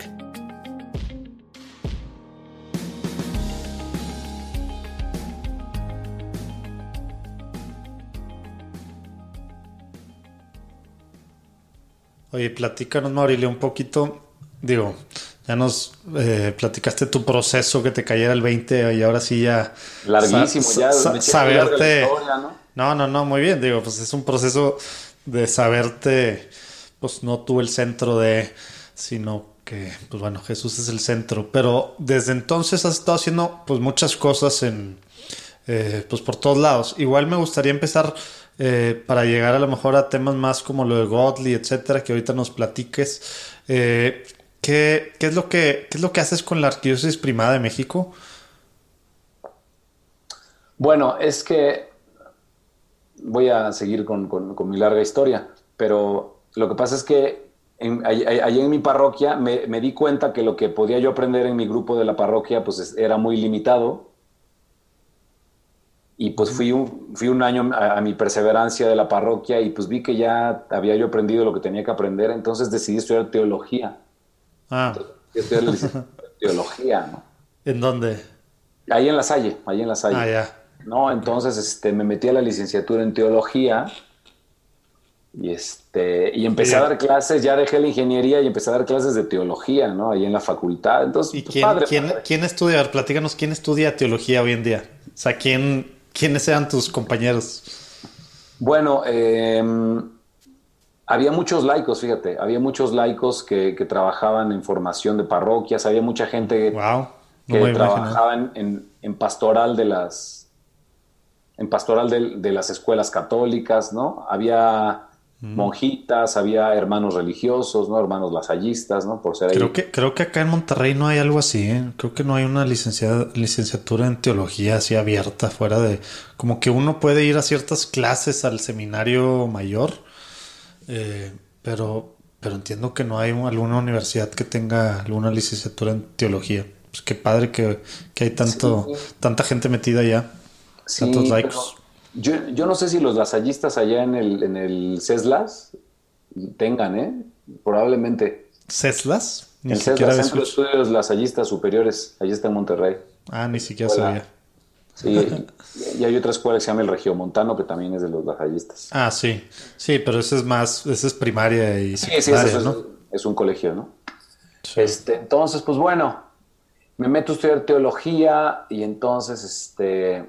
Oye, platícanos, Maurilio, un poquito. Digo, ya nos eh, platicaste tu proceso, que te cayera el veinte y ahora sí ya. Larguísimo, sa- ya. sa- me eché muy larga la saberte. historia, ¿no? No, no, no, muy bien. Digo, pues es un proceso de saberte, pues no tú el centro de, sino que, pues bueno, Jesús es el centro. Pero desde entonces has estado haciendo, pues muchas cosas en, eh, pues por todos lados. Igual me gustaría empezar eh, para llegar a lo mejor a temas más como lo de Godly, etcétera, que ahorita nos platiques. Eh, ¿qué, qué es lo que, qué es lo que haces con la Arquidiócesis Primada de México? Bueno, es que voy a seguir con, con- con mi larga historia, pero lo que pasa es que en- ahí ahí en mi parroquia me, me di cuenta que lo que podía yo aprender en mi grupo de la parroquia pues es- era muy limitado, y pues fui un, fui un año a, a mi perseverancia de la parroquia y pues vi que ya había yo aprendido lo que tenía que aprender, entonces decidí estudiar teología. Ah, Estudiar la licenciatura en teología, ¿no? ¿en dónde? Ahí en La Salle, ahí en La Salle. Ah, ya. No, entonces este, me metí a la licenciatura en teología y, este, y empecé Oye. a dar clases, ya dejé la ingeniería y empecé a dar clases de teología, ¿no? Ahí en la facultad. Entonces, ¿Y pues, quién, padre, quién, padre. quién estudia? A ver, platícanos, ¿quién estudia teología hoy en día? O sea, ¿quién, ¿quiénes eran tus compañeros? Bueno, eh, había muchos laicos, fíjate, había muchos laicos que, que trabajaban en formación de parroquias, había mucha gente Wow, no que me imagino. trabajaban en, en pastoral de las en pastoral de, de las escuelas católicas, ¿no? Había monjitas, había hermanos religiosos, ¿no? Hermanos lasallistas, ¿no? Por ser ahí. Creo que, creo que acá en Monterrey no hay algo así, ¿eh? Creo que no hay una licenciada, licenciatura en teología así abierta, fuera de... Como que uno puede ir a ciertas clases al seminario mayor, eh, pero, pero entiendo que no hay un- alguna universidad que tenga alguna licenciatura en teología. Pues qué padre que, que hay tanto, Sí. tanta gente metida allá, Sí, tantos pero laicos. yo, yo no sé si los lasallistas allá en el, en el CESLAS tengan, ¿eh? Probablemente. ¿Ceslas? Ni El siquiera CESLAS, había Centro de escuchado. Estudios Lasallistas Superiores, allí está en Monterrey. Ah, ni siquiera Escuela. sabía. Sí, y, y hay otra escuela que se llama el Regiomontano, que también es de los lasallistas. Ah, sí. Sí, pero ese es más, ese es primaria y Sí, sí, secundaria, eso es, ¿no? es un colegio, ¿no? Sí. Este, entonces, pues bueno, me meto a estudiar teología y entonces, este,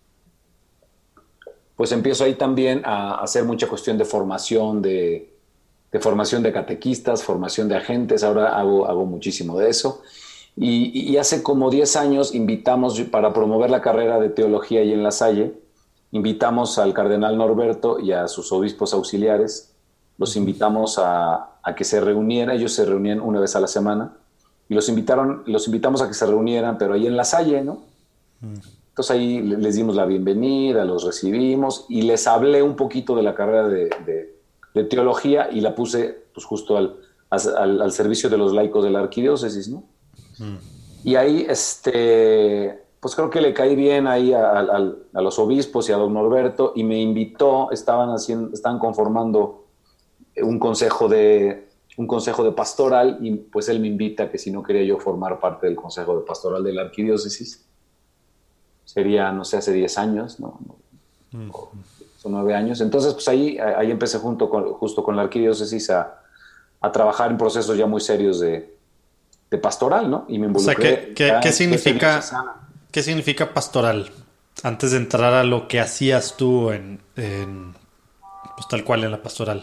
pues empiezo ahí también a hacer mucha cuestión de formación, de, de formación de catequistas, formación de agentes, ahora hago, hago muchísimo de eso. Y, y hace como diez años invitamos, para promover la carrera de teología ahí en La Salle, invitamos al cardenal Norberto y a sus obispos auxiliares, los invitamos a, a que se reunieran, ellos se reunían una vez a la semana, y los invitaron, los invitamos a que se reunieran, pero ahí en La Salle, ¿no? Entonces ahí le- les dimos la bienvenida, los recibimos y les hablé un poquito de la carrera de, de- de teología y la puse pues justo al, al, al servicio de los laicos de la arquidiócesis, ¿no? Y ahí, este, pues creo que le caí bien ahí a, a- a los obispos y a don Norberto y me invitó, estaban haciendo, estaban conformando un consejo de un consejo de pastoral y pues él me invita que si no quería yo formar parte del consejo de pastoral de la arquidiócesis. Sería, no sé, hace diez años, ¿no? O nueve años. Entonces, pues ahí, ahí empecé junto con, justo con la arquidiócesis a, a trabajar en procesos ya muy serios de, de pastoral, ¿no? Y me O sea, involucré. ¿qué, qué, ya qué en significa, diocesana. qué significa pastoral? Antes de entrar a lo que hacías tú en, en pues tal cual en la pastoral.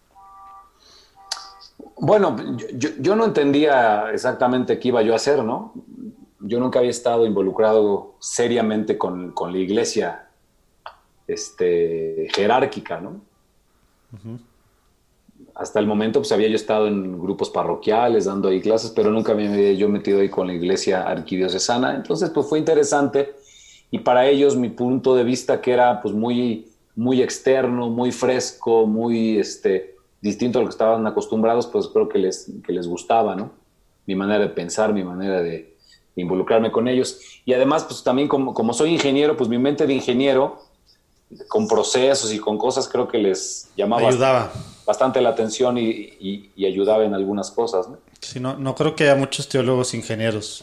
Bueno, yo, yo no entendía exactamente qué iba yo a hacer, ¿no? Yo nunca había estado involucrado seriamente con, con la iglesia este, jerárquica, ¿no? Uh-huh. Hasta el momento pues había yo estado en grupos parroquiales dando ahí clases, pero nunca me había yo metido ahí con la iglesia arquidiocesana. Entonces pues fue interesante y para ellos mi punto de vista que era pues muy, muy externo, muy fresco, muy este, distinto a lo que estaban acostumbrados, pues creo que les, que les gustaba, ¿no? Mi manera de pensar, mi manera de, de involucrarme con ellos. Y además pues también como, como soy ingeniero, pues mi mente de ingeniero con procesos y con cosas creo que les llamaba Ayudaba. bastante la atención y, y, y ayudaba en algunas cosas, ¿no? Sí, no, no creo que haya muchos teólogos ingenieros.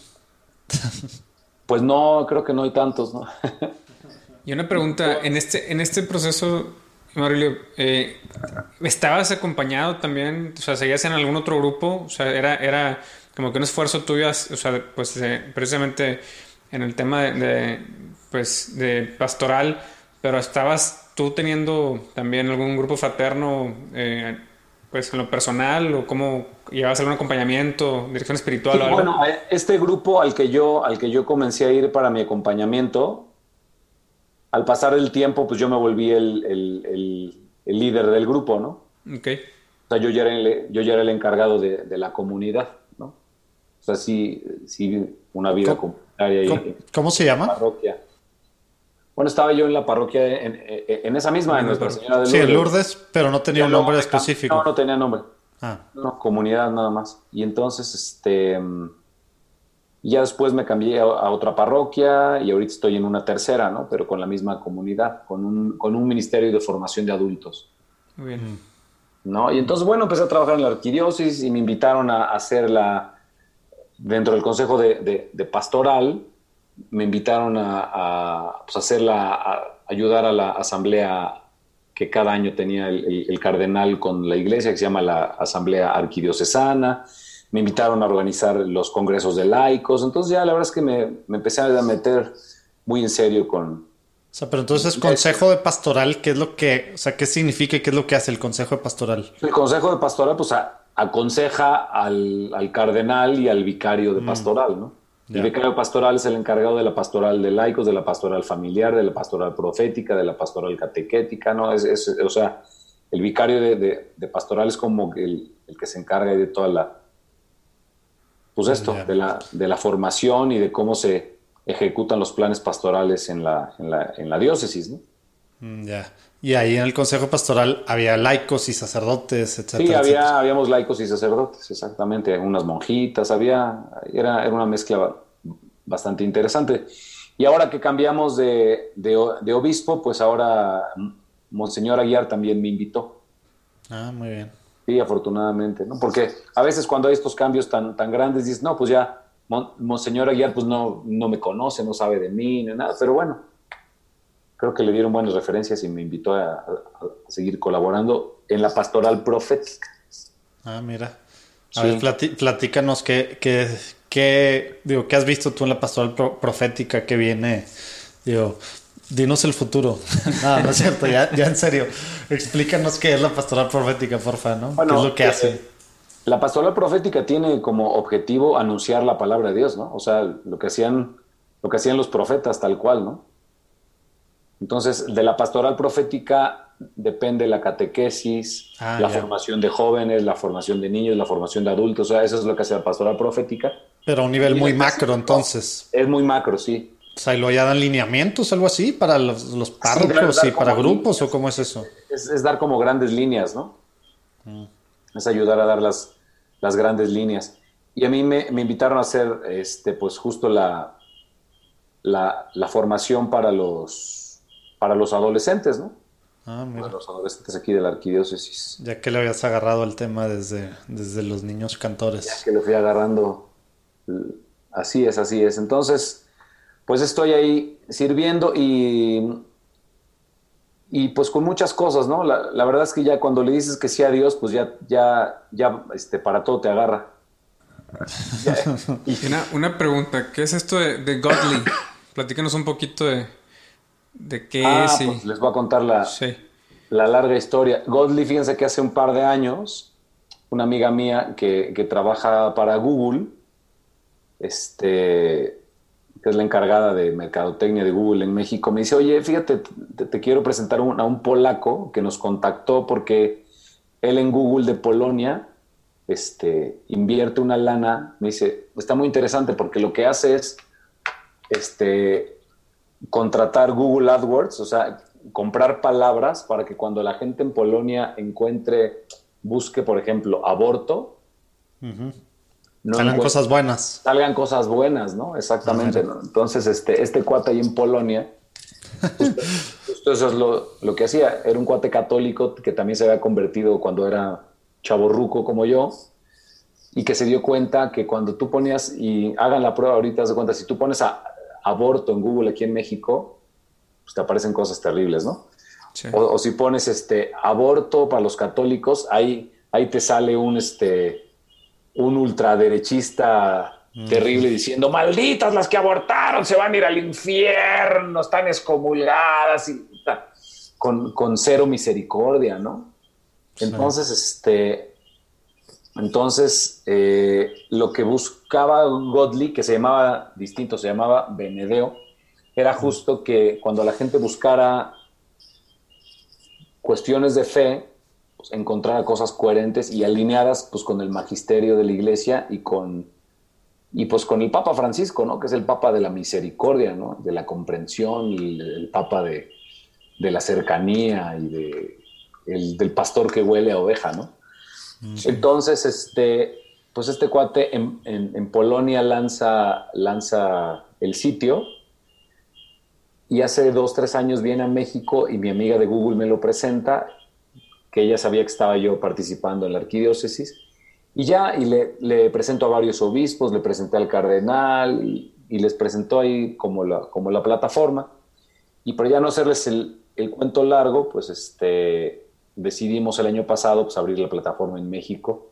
Pues no, creo que no hay tantos, ¿no? Y una pregunta, en este, en este proceso, Mauricio, eh, ¿estabas acompañado también? O sea, ¿seguías en algún otro grupo? O sea, era, era como que un esfuerzo tuyo, o sea, pues eh, precisamente en el tema de, de, pues, de pastoral, pero ¿estabas tú teniendo también algún grupo fraterno, eh, pues en lo personal, o cómo llevabas algún acompañamiento, dirección espiritual Sí, o algo? bueno, este grupo al que yo, al que yo comencé a ir para mi acompañamiento, al pasar el tiempo, pues yo me volví el, el, el, el líder del grupo, ¿no? Ok. O sea, yo ya era el, yo ya era el encargado de, de la comunidad, ¿no? O sea, sí, sí una vida ¿Cómo, comunitaria y cómo, en cómo se la llama? parroquia. Bueno, estaba yo en la parroquia, en, en, en esa misma, en Nuestra Señora de Sí, Lourdes. en Lourdes, pero no tenía un No, nombre no, específico. No, no tenía nombre. Ah, No, comunidad nada más. Y entonces, este, ya después me cambié a, a otra parroquia y ahorita estoy en una tercera, ¿no? Pero con la misma comunidad, con un, con un ministerio de formación de adultos, Muy bien. ¿no? Y entonces, bueno, empecé a trabajar en la arquidiócesis y me invitaron a hacer la, dentro del consejo de, de, de pastoral, me invitaron a, a pues, hacerla, a ayudar a la asamblea que cada año tenía el, el, el cardenal con la iglesia, que se llama la Asamblea Arquidiocesana. Me invitaron a organizar los congresos de laicos. Entonces ya la verdad es que me, me empecé a meter muy en serio con... o sea, pero entonces consejo de pastoral, ¿qué es lo que, o sea, qué significa y qué es lo que hace el consejo de pastoral? El consejo de pastoral pues a, aconseja al, al cardenal y al vicario de pastoral, ¿no? El Ya. vicario pastoral es el encargado de la pastoral de laicos, de la pastoral familiar, de la pastoral profética, de la pastoral catequética, ¿no? Es, es, o sea, el vicario de, de, de pastoral es como el, el que se encarga de toda la, pues esto, Ya. de la, de la formación y de cómo se ejecutan los planes pastorales en la, en la, en la diócesis, ¿no? Mm, ya. Y ahí en el consejo pastoral había laicos y sacerdotes, etcétera, Sí, había, etcétera. habíamos laicos y sacerdotes, exactamente, unas monjitas, había, era, era una mezcla bastante interesante. Y ahora que cambiamos de, de, de obispo, pues ahora Monseñor Aguiar también me invitó. Ah, muy bien. Sí, afortunadamente, ¿no? Porque a veces cuando hay estos cambios tan, tan grandes, dices, no, pues ya, Mon, Monseñor Aguiar pues no, no me conoce, no sabe de mí, ni nada, pero bueno, creo que le dieron buenas referencias y me invitó a, a, a seguir colaborando en la pastoral profética. Ah, mira. A Sí. ver, platí, platícanos qué, qué, qué, digo, qué has visto tú en la pastoral pro, profética que viene, digo, dinos el futuro. No, no es cierto, ya, ya en serio. Explícanos qué es la pastoral profética, porfa, ¿no? Bueno, ¿qué es lo que eh, hacen? La pastoral profética tiene como objetivo anunciar la palabra de Dios, ¿no? O sea, lo que hacían, lo que hacían los profetas tal cual, ¿no? Entonces, de la pastoral profética depende la catequesis, Ah, la ya. formación de jóvenes, la formación de niños, la formación de adultos, o sea, eso es lo que hace la pastoral profética. Pero a un nivel Y muy el macro, crecimiento entonces. Es muy macro, sí. O sea, ¿y luego ya dan lineamientos, algo así, para los, los párrocos dar y para como grupos, líneas. o cómo es eso? Es, es dar como grandes líneas, ¿no? Es ayudar a dar las, las grandes líneas. Y a mí me, me invitaron a hacer, este, pues justo la, la, la formación para los, para los adolescentes, ¿no? Ah, mira. Para los adolescentes aquí de la arquidiócesis. Ya que le habías agarrado el tema desde, desde los niños Ya cantores. que le fui agarrando. Así es, así es. Entonces, pues estoy ahí sirviendo y, y pues con muchas cosas, ¿no? La, la verdad es que ya cuando le dices que sí a Dios, pues ya, ya, ya este, para todo te agarra. Y una, una pregunta, ¿qué es esto de, de Godly? Platícanos un poquito de, de qué Ah, es y... pues les voy a contar la, Sí. la larga historia. Godly, fíjense que hace un par de años, una amiga mía que, que trabaja para Google, este, que es la encargada de mercadotecnia de Google en México, me dice, oye, fíjate, te, te quiero presentar un- a un polaco que nos contactó porque él en Google de Polonia este, invierte una lana. Me dice, está muy interesante porque lo que hace es este, contratar Google AdWords, o sea, comprar palabras para que cuando la gente en Polonia encuentre, busque, por ejemplo, aborto, Uh-huh. no Salen encuentre- cosas buenas. salgan cosas buenas, ¿no? Exactamente, Claro. ¿no? Entonces, este, este cuate ahí en Polonia, justo, justo eso es lo, lo que hacía. Era un cuate católico que también se había convertido cuando era chavorruco como yo, y que se dio cuenta que cuando tú ponías, y hagan la prueba ahorita, haz de cuenta, si tú pones a, aborto en Google aquí en México, pues te aparecen cosas terribles, ¿no? Sí. O, o si pones este, aborto para los católicos, ahí, ahí te sale un, este, un ultraderechista terrible diciendo, malditas las que abortaron, se van a ir al infierno, están excomulgadas, y, con, con cero misericordia, ¿no? Sí. Entonces, este, entonces eh, lo que buscaba Godly, que se llamaba distinto, se llamaba Benedeo, era justo que cuando la gente buscara cuestiones de fe, pues, encontrara cosas coherentes y alineadas pues, con el magisterio de la Iglesia y con, y pues con el Papa Francisco, ¿no? Que es el Papa de la misericordia, ¿no? De la comprensión, y el Papa de, de la cercanía y de, el, del pastor que huele a oveja, ¿no? Sí. Entonces, este, pues este cuate en, en, en Polonia lanza, lanza el sitio, y hace dos, tres años viene a México y mi amiga de Google me lo presenta, que ella sabía que estaba yo participando en la arquidiócesis, y ya, y le, le presento a varios obispos, le presenté al cardenal, y, y les presentó ahí como la, como la plataforma, y para ya no hacerles el, el cuento largo, pues este, decidimos el año pasado pues, abrir la plataforma en México,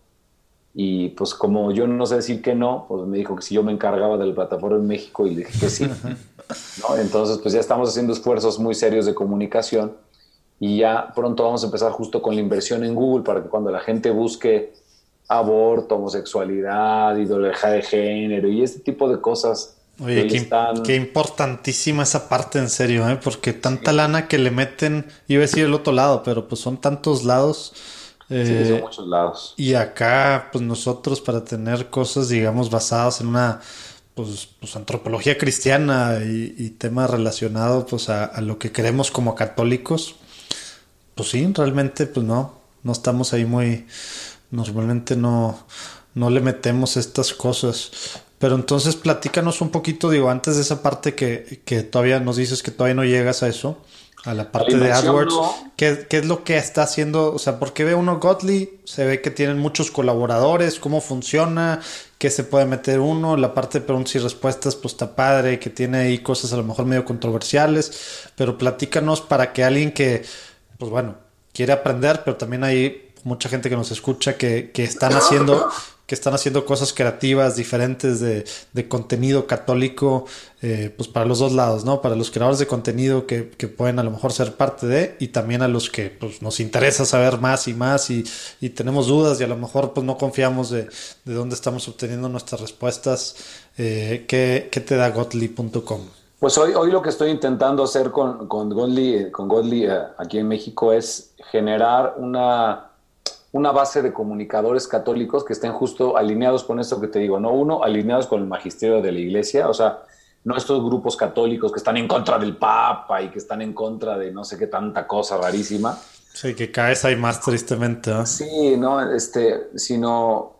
y pues como yo no sé decir que no, pues me dijo que si yo me encargaba de la plataforma en México, y le dije que sí, ¿no? Entonces pues ya estamos haciendo esfuerzos muy serios de comunicación, y ya pronto vamos a empezar justo con la inversión en Google para que cuando la gente busque aborto, homosexualidad, ideología de género y este tipo de cosas. Oye, qué, están... qué importantísima esa parte, en serio, ¿eh? Porque tanta sí. lana que le meten, iba a decir el otro lado, pero pues son tantos lados. Eh, sí, son muchos lados. Y acá, pues nosotros para tener cosas, digamos, basadas en una pues, pues antropología cristiana y, y temas relacionados pues a, a lo que creemos como católicos, pues sí, realmente pues no, no estamos ahí muy, normalmente no, no le metemos estas cosas. Pero entonces platícanos un poquito, digo, antes de esa parte que, que todavía nos dices que todavía no llegas a eso, a la parte de AdWords, no. ¿qué, ¿qué es lo que está haciendo? O sea, porque ve uno Godly, se ve que tienen muchos colaboradores, cómo funciona, qué se puede meter uno, la parte de preguntas y respuestas, pues está padre, que tiene ahí cosas a lo mejor medio controversiales, pero platícanos para que alguien que, pues bueno, quiere aprender, pero también hay mucha gente que nos escucha que, que están haciendo... que están haciendo cosas creativas, diferentes de, de contenido católico, eh, pues para los dos lados, ¿no? Para los creadores de contenido que, que pueden a lo mejor ser parte de, y también a los que pues, nos interesa saber más y más y, y tenemos dudas y a lo mejor pues no confiamos de, de dónde estamos obteniendo nuestras respuestas. Eh, ¿qué, ¿Qué te da Godly punto com? Pues hoy, hoy lo que estoy intentando hacer con, con Godly, con Godly eh, aquí en México es generar una... una base de comunicadores católicos que estén justo alineados con esto que te digo, ¿no? Uno, alineados con el magisterio de la Iglesia, o sea, no estos grupos católicos que están en contra del Papa y que están en contra de no sé qué tanta cosa rarísima. Sí, que caes ahí más tristemente, ¿eh? Sí, no, este, sino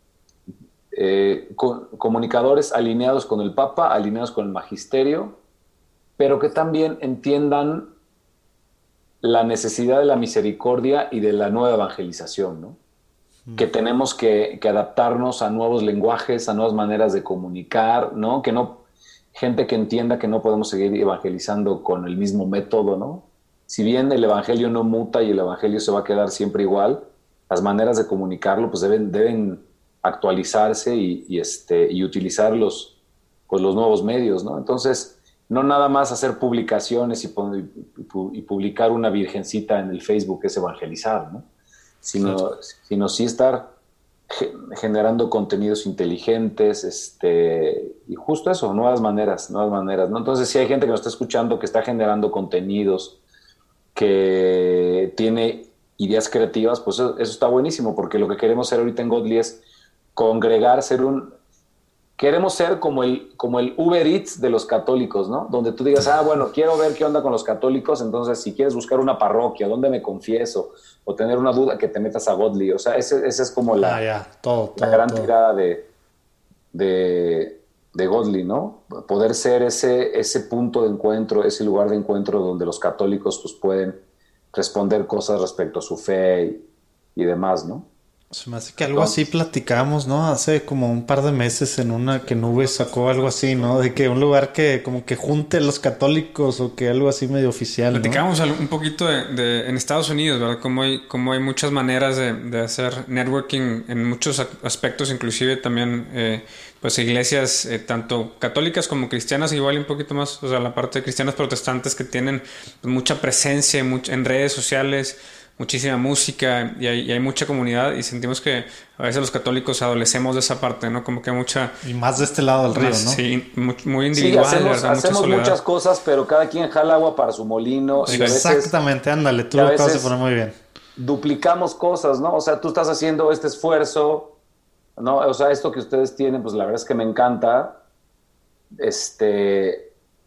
eh, con, comunicadores alineados con el Papa, alineados con el magisterio, pero que también entiendan la necesidad de la misericordia y de la nueva evangelización, ¿no? Mm. Que tenemos que, que adaptarnos a nuevos lenguajes, a nuevas maneras de comunicar, ¿no? Que no, gente que entienda que no podemos seguir evangelizando con el mismo método, ¿no? si bien el evangelio no muta y el evangelio se va a quedar siempre igual, las maneras de comunicarlo pues deben, deben actualizarse y, y, este, y utilizar los, pues, los nuevos medios, ¿no? Entonces, no nada más hacer publicaciones y, y publicar una virgencita en el Facebook es evangelizar, ¿no? Sino, sí. sino sí estar generando contenidos inteligentes, este, y justo eso, nuevas maneras, nuevas maneras, ¿no? Entonces, si hay gente que nos está escuchando que está generando contenidos, que tiene ideas creativas, pues eso, eso está buenísimo, porque lo que queremos hacer ahorita en Godly es congregar, ser un... Queremos ser como el, como el Uber Eats de los católicos, ¿no? Donde tú digas, ah, bueno, quiero ver qué onda con los católicos, entonces si quieres buscar una parroquia, ¿dónde me confieso? O tener una duda, que te metas a Godly. O sea, esa ese es como la, ah, yeah. todo, la todo, gran todo. tirada de, de, de Godly, ¿no? Poder ser ese, ese punto de encuentro, ese lugar de encuentro donde los católicos pues, pueden responder cosas respecto a su fe y, y demás, ¿no? Se me hace que algo así platicamos, ¿no? Hace como un par de meses en una que Nube sacó algo así, ¿no? De que un lugar que como que junte a los católicos o que algo así medio oficial, ¿no? Platicamos un poquito de, de en Estados Unidos, ¿verdad? Como hay, como hay muchas maneras de, de hacer networking en muchos aspectos, inclusive también eh, pues iglesias eh, tanto católicas como cristianas, igual un poquito más, o sea, la parte de cristianas protestantes que tienen pues, mucha presencia en, much- en redes sociales, muchísima música y hay, y hay mucha comunidad y sentimos que a veces los católicos adolecemos de esa parte, ¿no? Como que mucha... Y más de este lado del río, ¿no? Sí, muy, muy individual, sí, hacemos, ¿verdad? hacemos mucha muchas cosas, pero cada quien jala agua para su molino. Sí, y a veces, exactamente, ándale, tú lo acabas de poner muy bien. Duplicamos cosas, ¿no? O sea, tú estás haciendo este esfuerzo, ¿no? O sea, esto que ustedes tienen, pues la verdad es que me encanta. Este...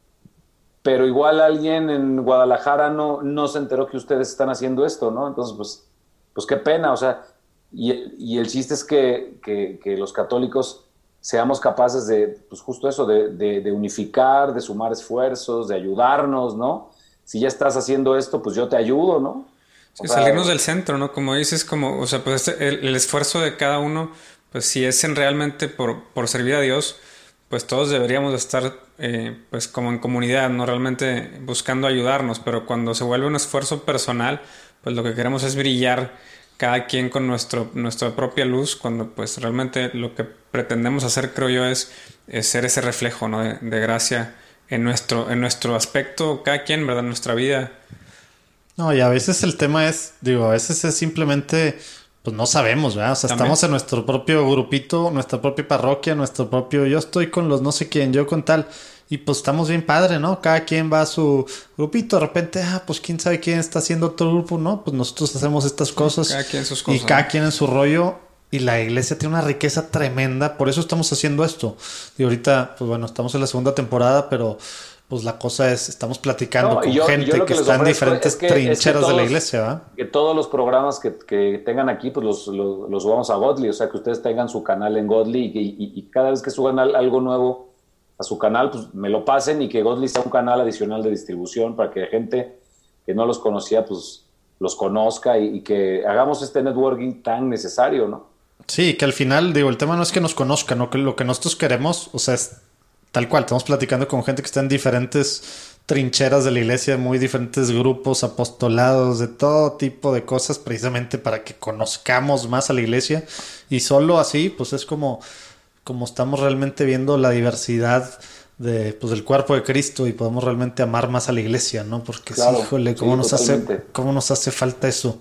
Pero igual alguien en Guadalajara no, no se enteró que ustedes están haciendo esto, ¿no? Entonces, pues, pues qué pena, o sea, y, y el chiste es que, que, que los católicos seamos capaces de, pues justo eso, de, de, de unificar, de sumar esfuerzos, de ayudarnos, ¿no? Si ya estás haciendo esto, pues yo te ayudo, ¿no? Sí, sea, salirnos del centro, ¿no? Como dices, como, o sea, pues este, el, el esfuerzo de cada uno, pues si es en realmente por, por servir a Dios, pues todos deberíamos de estar eh, pues como en comunidad, no realmente buscando ayudarnos, pero cuando se vuelve un esfuerzo personal, pues lo que queremos es brillar cada quien con nuestro, nuestra propia luz, cuando pues realmente lo que pretendemos hacer, creo yo, es, es ser ese reflejo, ¿no? de, de gracia en nuestro, en nuestro aspecto, cada quien, ¿verdad? En nuestra vida. No, y a veces el tema es, digo, a veces es simplemente... Pues no sabemos, ¿verdad? O sea, También. estamos en nuestro propio grupito, nuestra propia parroquia, nuestro propio... Yo estoy con los no sé quién, yo con tal. Y pues estamos bien padre, ¿no? Cada quien va a su grupito. De repente, ah, pues quién sabe quién está haciendo otro grupo, ¿no? Pues nosotros hacemos estas cosas. Cada quien sus cosas. Y cada quien en su rollo. Y la iglesia tiene una riqueza tremenda. Por eso estamos haciendo esto. Y ahorita, pues bueno, estamos en la segunda temporada, pero... Pues la cosa es, estamos platicando no, con yo, gente yo que que está en ofrezco diferentes es que, trincheras es que todos, de la iglesia, ¿verdad? Que todos los programas que, que tengan aquí, pues los, los, los subamos a Godly, o sea, que ustedes tengan su canal en Godly y, y, y cada vez que suban al, algo nuevo a su canal, pues me lo pasen y que Godly sea un canal adicional de distribución para que gente que no los conocía, pues los conozca y, y que hagamos este networking tan necesario, ¿no? Sí, que al final, digo, el tema no es que nos conozcan, ¿no? Que lo que nosotros queremos, o sea, es tal cual, estamos platicando con gente que está en diferentes trincheras de la iglesia, muy diferentes grupos, apostolados, de todo tipo de cosas, precisamente para que conozcamos más a la iglesia. Y solo así, pues es como, como estamos realmente viendo la diversidad de, pues, del cuerpo de Cristo y podemos realmente amar más a la iglesia, ¿no? Porque Claro, sí, híjole, ¿cómo, sí, nos hace, totalmente. ¿cómo nos hace falta eso?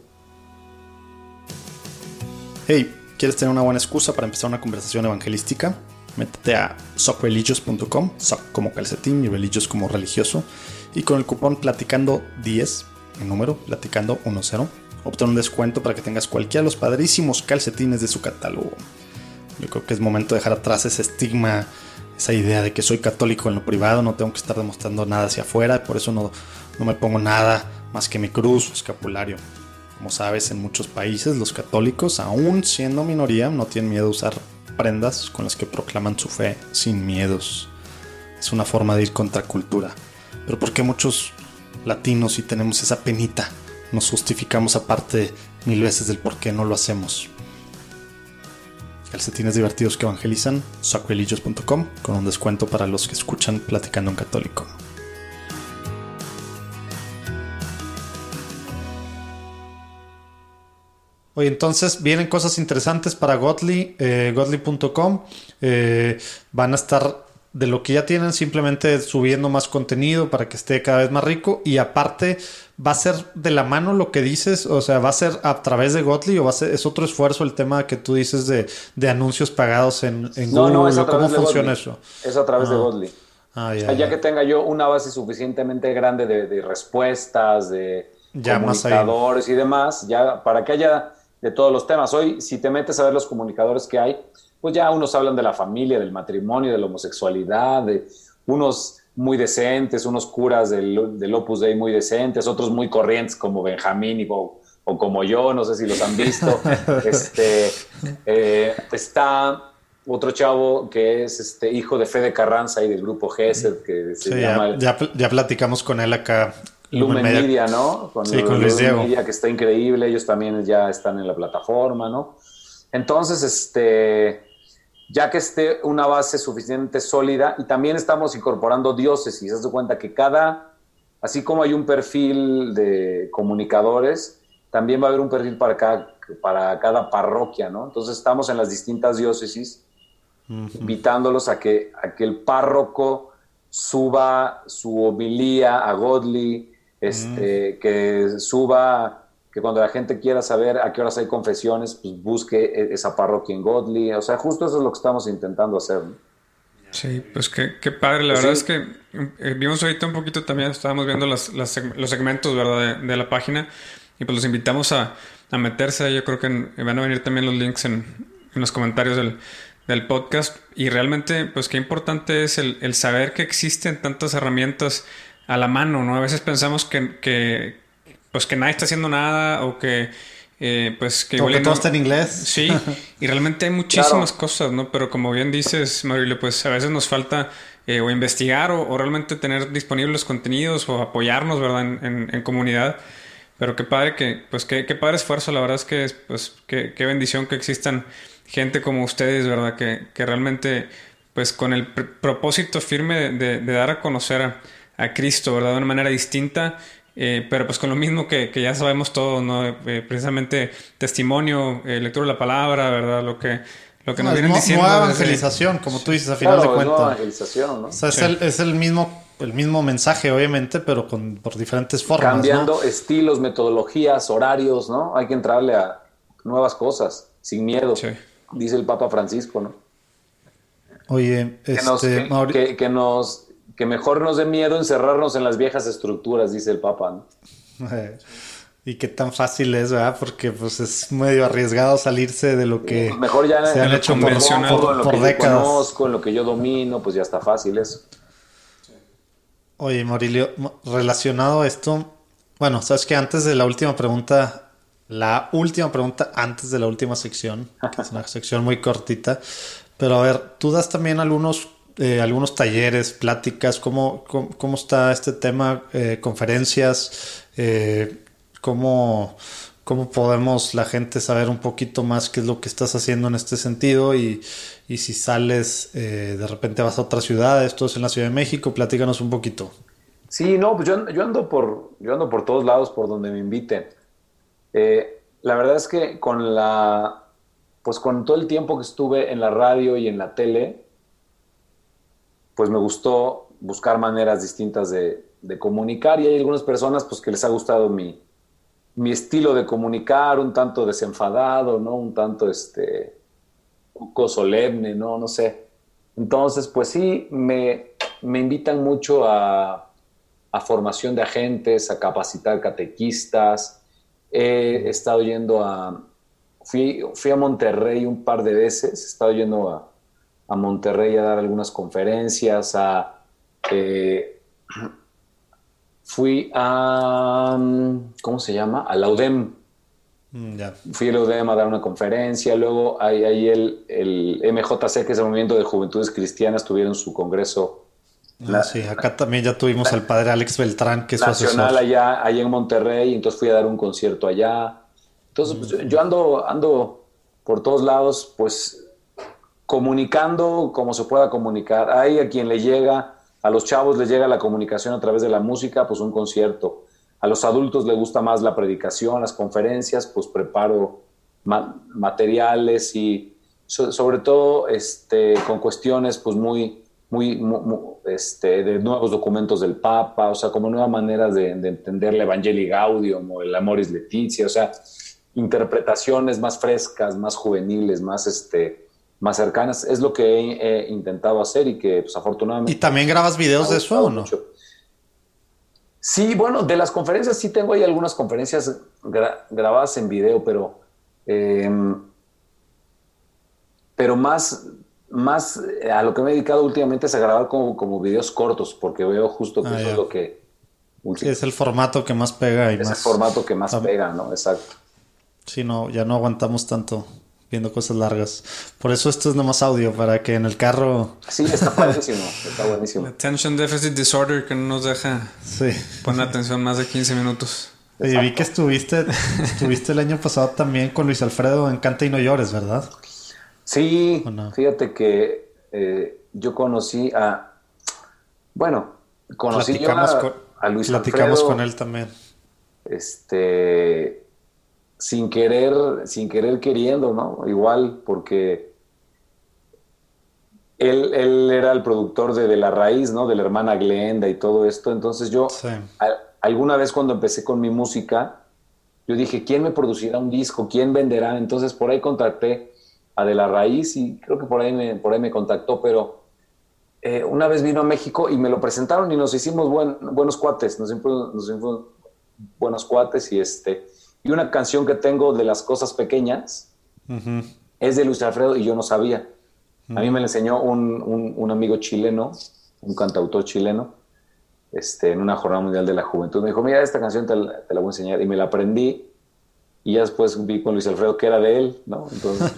Hey, ¿quieres tener una buena excusa para empezar una conversación evangelística? Métete a sock religious punto com, sock como calcetín y religious como religioso, y con el cupón platicando diez, en número, platicando diez, obtén un descuento para que tengas cualquiera de los padrísimos calcetines de su catálogo. Yo creo que es momento de dejar atrás ese estigma, esa idea de que soy católico en lo privado, no tengo que estar demostrando nada hacia afuera, por eso no, no me pongo nada más que mi cruz o escapulario. Como sabes, en muchos países los católicos, aún siendo minoría, no tienen miedo a usar prendas con las que proclaman su fe sin miedos. Es una forma de ir contra cultura. Pero ¿por qué muchos latinos, si tenemos esa penita, nos justificamos aparte mil veces del por qué no lo hacemos? Calcetines divertidos que evangelizan, sock religious punto com, con un descuento para los que escuchan Platicando en Católico. Oye, entonces vienen cosas interesantes para Godly, eh, godly punto com. Eh, van a estar de lo que ya tienen, simplemente subiendo más contenido para que esté cada vez más rico. Y aparte, ¿va a ser de la mano lo que dices? O sea, ¿va a ser a través de Godly o va a ser, es otro esfuerzo el tema que tú dices de, de anuncios pagados en, en no, Google? No, es a ¿Cómo través de funciona Godly. eso? Es a través ah. de Godly. Ah, ya, ya, ya ya que tenga yo una base suficientemente grande de, de respuestas, de ya comunicadores y demás, ya para que haya de todos los temas. Hoy, si te metes a ver los comunicadores que hay, pues ya unos hablan de la familia, del matrimonio, de la homosexualidad, de unos muy decentes, unos curas del, del Opus Dei muy decentes, otros muy corrientes como Benjamín y, o, o como yo, no sé si los han visto. este, eh, está otro chavo que es este hijo de Fede Carranza y del grupo Gesed, que se sí, llama... Ya, ya, ya platicamos con él acá. Lumen, Lumen Media, Media, ¿no? Con, sí, con Luis Diego. Media, que está increíble, ellos también ya están en la plataforma, ¿no? Entonces, este, ya que esté una base suficientemente sólida, y también estamos incorporando diócesis, haz de cuenta que cada, así como hay un perfil de comunicadores, también va a haber un perfil para cada, para cada parroquia, ¿no? Entonces estamos en las distintas diócesis, uh-huh. invitándolos a que, a que el párroco suba su homilía a Godly, este, uh-huh. que suba, que cuando la gente quiera saber a qué horas hay confesiones, pues busque esa parroquia en Godly. O sea, justo eso es lo que estamos intentando hacer, ¿no? Sí, pues qué, qué padre. La pues verdad sí. es que eh, vimos ahorita un poquito también, estábamos viendo las, las, los segmentos, ¿verdad? De, de la página, y pues los invitamos a, a meterse. Yo creo que en, van a venir también los links en, en los comentarios del, del podcast. Y realmente, pues qué importante es el, el saber que existen tantas herramientas a la mano, ¿no? A veces pensamos que, que pues que nadie está haciendo nada o que eh, pues que, o que no, todo está en inglés. Sí, y realmente hay muchísimas claro. cosas, ¿no? Pero como bien dices, Mauricio, pues a veces nos falta eh, o investigar o, o realmente tener disponibles los contenidos o apoyarnos, ¿verdad? En, en, en comunidad. Pero qué padre que, pues qué, qué padre esfuerzo, la verdad es que pues qué, qué bendición que existan gente como ustedes, ¿verdad? Que, que realmente pues con el pr- propósito firme de, de, de dar a conocer a a Cristo, ¿verdad? De una manera distinta, eh, pero pues con lo mismo que, que ya sabemos todos, ¿no? Eh, precisamente testimonio, eh, lectura de la palabra, ¿verdad? Lo que, lo que no, nos vienen nu- diciendo. Nueva desde... evangelización, como tú dices, a final claro, de cuentas. Nueva evangelización, ¿no? O sea, es, sí. el, es el mismo el mismo mensaje, obviamente, pero con por diferentes formas, cambiando ¿no? estilos, metodologías, horarios, ¿no? Hay que entrarle a nuevas cosas, sin miedo, Sí. dice el Papa Francisco, ¿no? Oye, Que este, nos, que, Mauri- que, que nos que mejor nos dé miedo encerrarnos en las viejas estructuras, dice el Papa, ¿no? Eh, y qué tan fácil es, ¿verdad? Porque pues es medio arriesgado salirse de lo que Sí, mejor ya se han hecho por, convencional, por, en lo por que yo décadas. conozco, en lo que yo domino, pues ya está fácil eso. Oye, Maurilio, relacionado a esto, bueno, sabes que antes de la última pregunta, la última pregunta antes de la última sección, que es una sección muy cortita, pero a ver, tú das también algunos eh, algunos talleres, pláticas, ¿cómo, cómo, cómo está este tema? Eh, conferencias, eh, ¿cómo, ¿cómo podemos la gente saber un poquito más qué es lo que estás haciendo en este sentido? Y, y si sales, eh, de repente vas a otras ciudades, todos en la Ciudad de México, platícanos un poquito. Sí, no, pues yo, yo, ando por, yo ando por todos lados por donde me inviten. Eh, la verdad es que con la, pues con todo el tiempo que estuve en la radio y en la tele, pues me gustó buscar maneras distintas de, de comunicar, y hay algunas personas pues que les ha gustado mi, mi estilo de comunicar, un tanto desenfadado, ¿no? Un tanto este, poco solemne, ¿no? No sé. Entonces, pues sí, me, me invitan mucho a, a formación de agentes, a capacitar catequistas. He estado yendo a... Fui, fui a Monterrey un par de veces, he estado yendo a a Monterrey a dar algunas conferencias, a, eh, fui a, ¿cómo se llama? A la U D E M. Mm, yeah. Fui a la U D E M a dar una conferencia, luego ahí, ahí el, el M J C, que es el Movimiento de Juventudes Cristianas, tuvieron su congreso. Ah, la, sí, acá también ya tuvimos la, al padre Alex Beltrán, que es su asesor. Nacional allá, allá en Monterrey, entonces fui a dar un concierto allá. Entonces, mm. pues, yo ando, ando por todos lados, pues, comunicando como se pueda comunicar. Hay a quien le llega, a los chavos les llega la comunicación a través de la música, pues un concierto. A los adultos les gusta más la predicación, las conferencias, pues preparo ma- materiales y so- sobre todo este, con cuestiones pues muy, muy, mu- mu- este, de nuevos documentos del Papa, o sea, como nuevas maneras de, de entender la Evangelii Gaudium o el Amoris Laetitia, o sea, interpretaciones más frescas, más juveniles, más, este, más cercanas. Es lo que he, he intentado hacer y que pues, afortunadamente... ¿Y también grabas videos de eso o no? Mucho. Sí, bueno, de las conferencias sí tengo ahí algunas conferencias gra- grabadas en video, pero, eh, pero más, más a lo que me he dedicado últimamente es a grabar como, como videos cortos, porque veo justo que Ah, eso ya. es lo que... Sí, es el formato que más pega y es más... el formato que más tam- pega, ¿no? Exacto. Sí, no, ya no aguantamos tanto viendo cosas largas. Por eso esto es nomás audio, para que en el carro... Sí, está buenísimo, está buenísimo. Attention Deficit Disorder que no nos deja Sí. poner atención más de quince minutos. Oye, vi que estuviste, estuviste el año pasado también con Luis Alfredo en Canta y no llores, ¿verdad? Sí, ¿O no? fíjate que eh, yo conocí a... Bueno, conocí yo Platicamos, a, con, a Luis platicamos Alfredo, con él también. este, sin querer, sin querer queriendo, ¿no? Igual, porque él, él era el productor de, de La Raíz, ¿no? De la hermana Glenda y todo esto. Entonces yo, Sí. a- alguna vez cuando empecé con mi música, yo dije, ¿quién me producirá un disco? ¿Quién venderá? Entonces por ahí contacté a De La Raíz y creo que por ahí me, por ahí me contactó, pero eh, una vez vino a México y me lo presentaron y nos hicimos buen, buenos cuates, nos hicimos, nos hicimos buenos cuates y este... Y una canción que tengo de Las Cosas Pequeñas Ujú. es de Luis Alfredo y yo no sabía. A mí me la enseñó un, un, un amigo chileno, un cantautor chileno, este, en una jornada mundial de la juventud. Me dijo, mira, esta canción te la, te la voy a enseñar. Y me la aprendí y ya después vi con Luis Alfredo que era de él, ¿no? Entonces,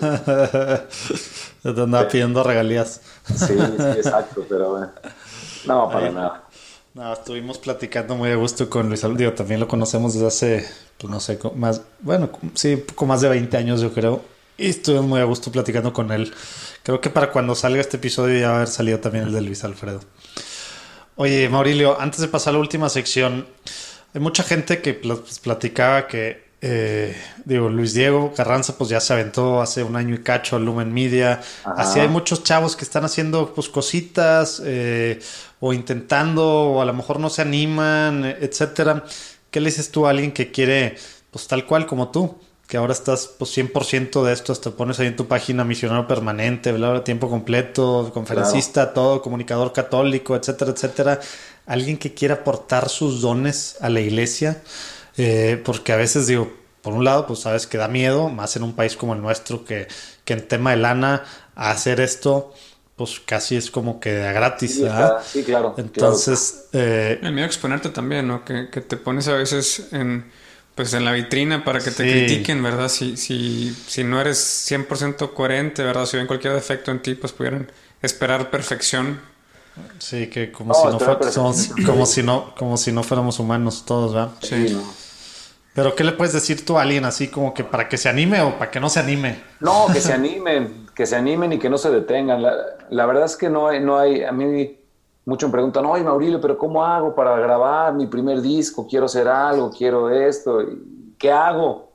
Te andaba pidiendo regalías. sí, sí, exacto, pero bueno. No, para Ay. nada. No, estuvimos platicando muy a gusto con Luis Alfredo. También lo conocemos desde hace, pues no sé, co- más, bueno, sí, poco más de veinte años, yo creo. Y estuvimos muy a gusto platicando con él. Creo que para cuando salga este episodio ya va a haber salido también el de Luis Alfredo. Oye, Maurilio, antes de pasar a la última sección, hay mucha gente que pl- pues, platicaba que, eh, digo, Luis Diego Carranza, pues ya se aventó hace un año y cacho al Lumen Media. Ajá. Así hay muchos chavos que están haciendo, pues, cositas, eh, o intentando, o a lo mejor no se animan, etcétera. ¿Qué le dices tú a alguien que quiere, pues, tal cual como tú? Que ahora estás, pues, cien por ciento de esto, hasta pones ahí en tu página misionero permanente, bla, bla, tiempo completo, conferencista, todo, comunicador católico, etcétera, etcétera. Alguien que quiera aportar sus dones a la iglesia, eh, porque a veces digo, por un lado, pues sabes que da miedo, más en un país como el nuestro, que, que en tema de lana, hacer esto, pues casi es como que de a gratis, Sí, ¿verdad? está- sí, claro. Entonces, eh, El miedo a exponerte también, ¿no? Que, que te pones a veces en, pues en la vitrina para que te Sí. critiquen, ¿verdad? Si, si, si no eres cien por ciento coherente, ¿verdad? Si ven cualquier defecto en ti, pues pudieran esperar perfección. sí, que como No, si no estoy fuera- somos- perfecto. como si no, como si no fuéramos humanos todos, ¿verdad? Sí, no. Pero ¿qué le puedes decir tú a alguien así como que para que se anime o para que no se anime? No, que se animen, que se animen y que no se detengan. La, la verdad es que no hay, no hay, a mí muchos me preguntan, oye Maurilio, pero ¿cómo hago para grabar mi primer disco? Quiero hacer algo, quiero esto, ¿qué hago?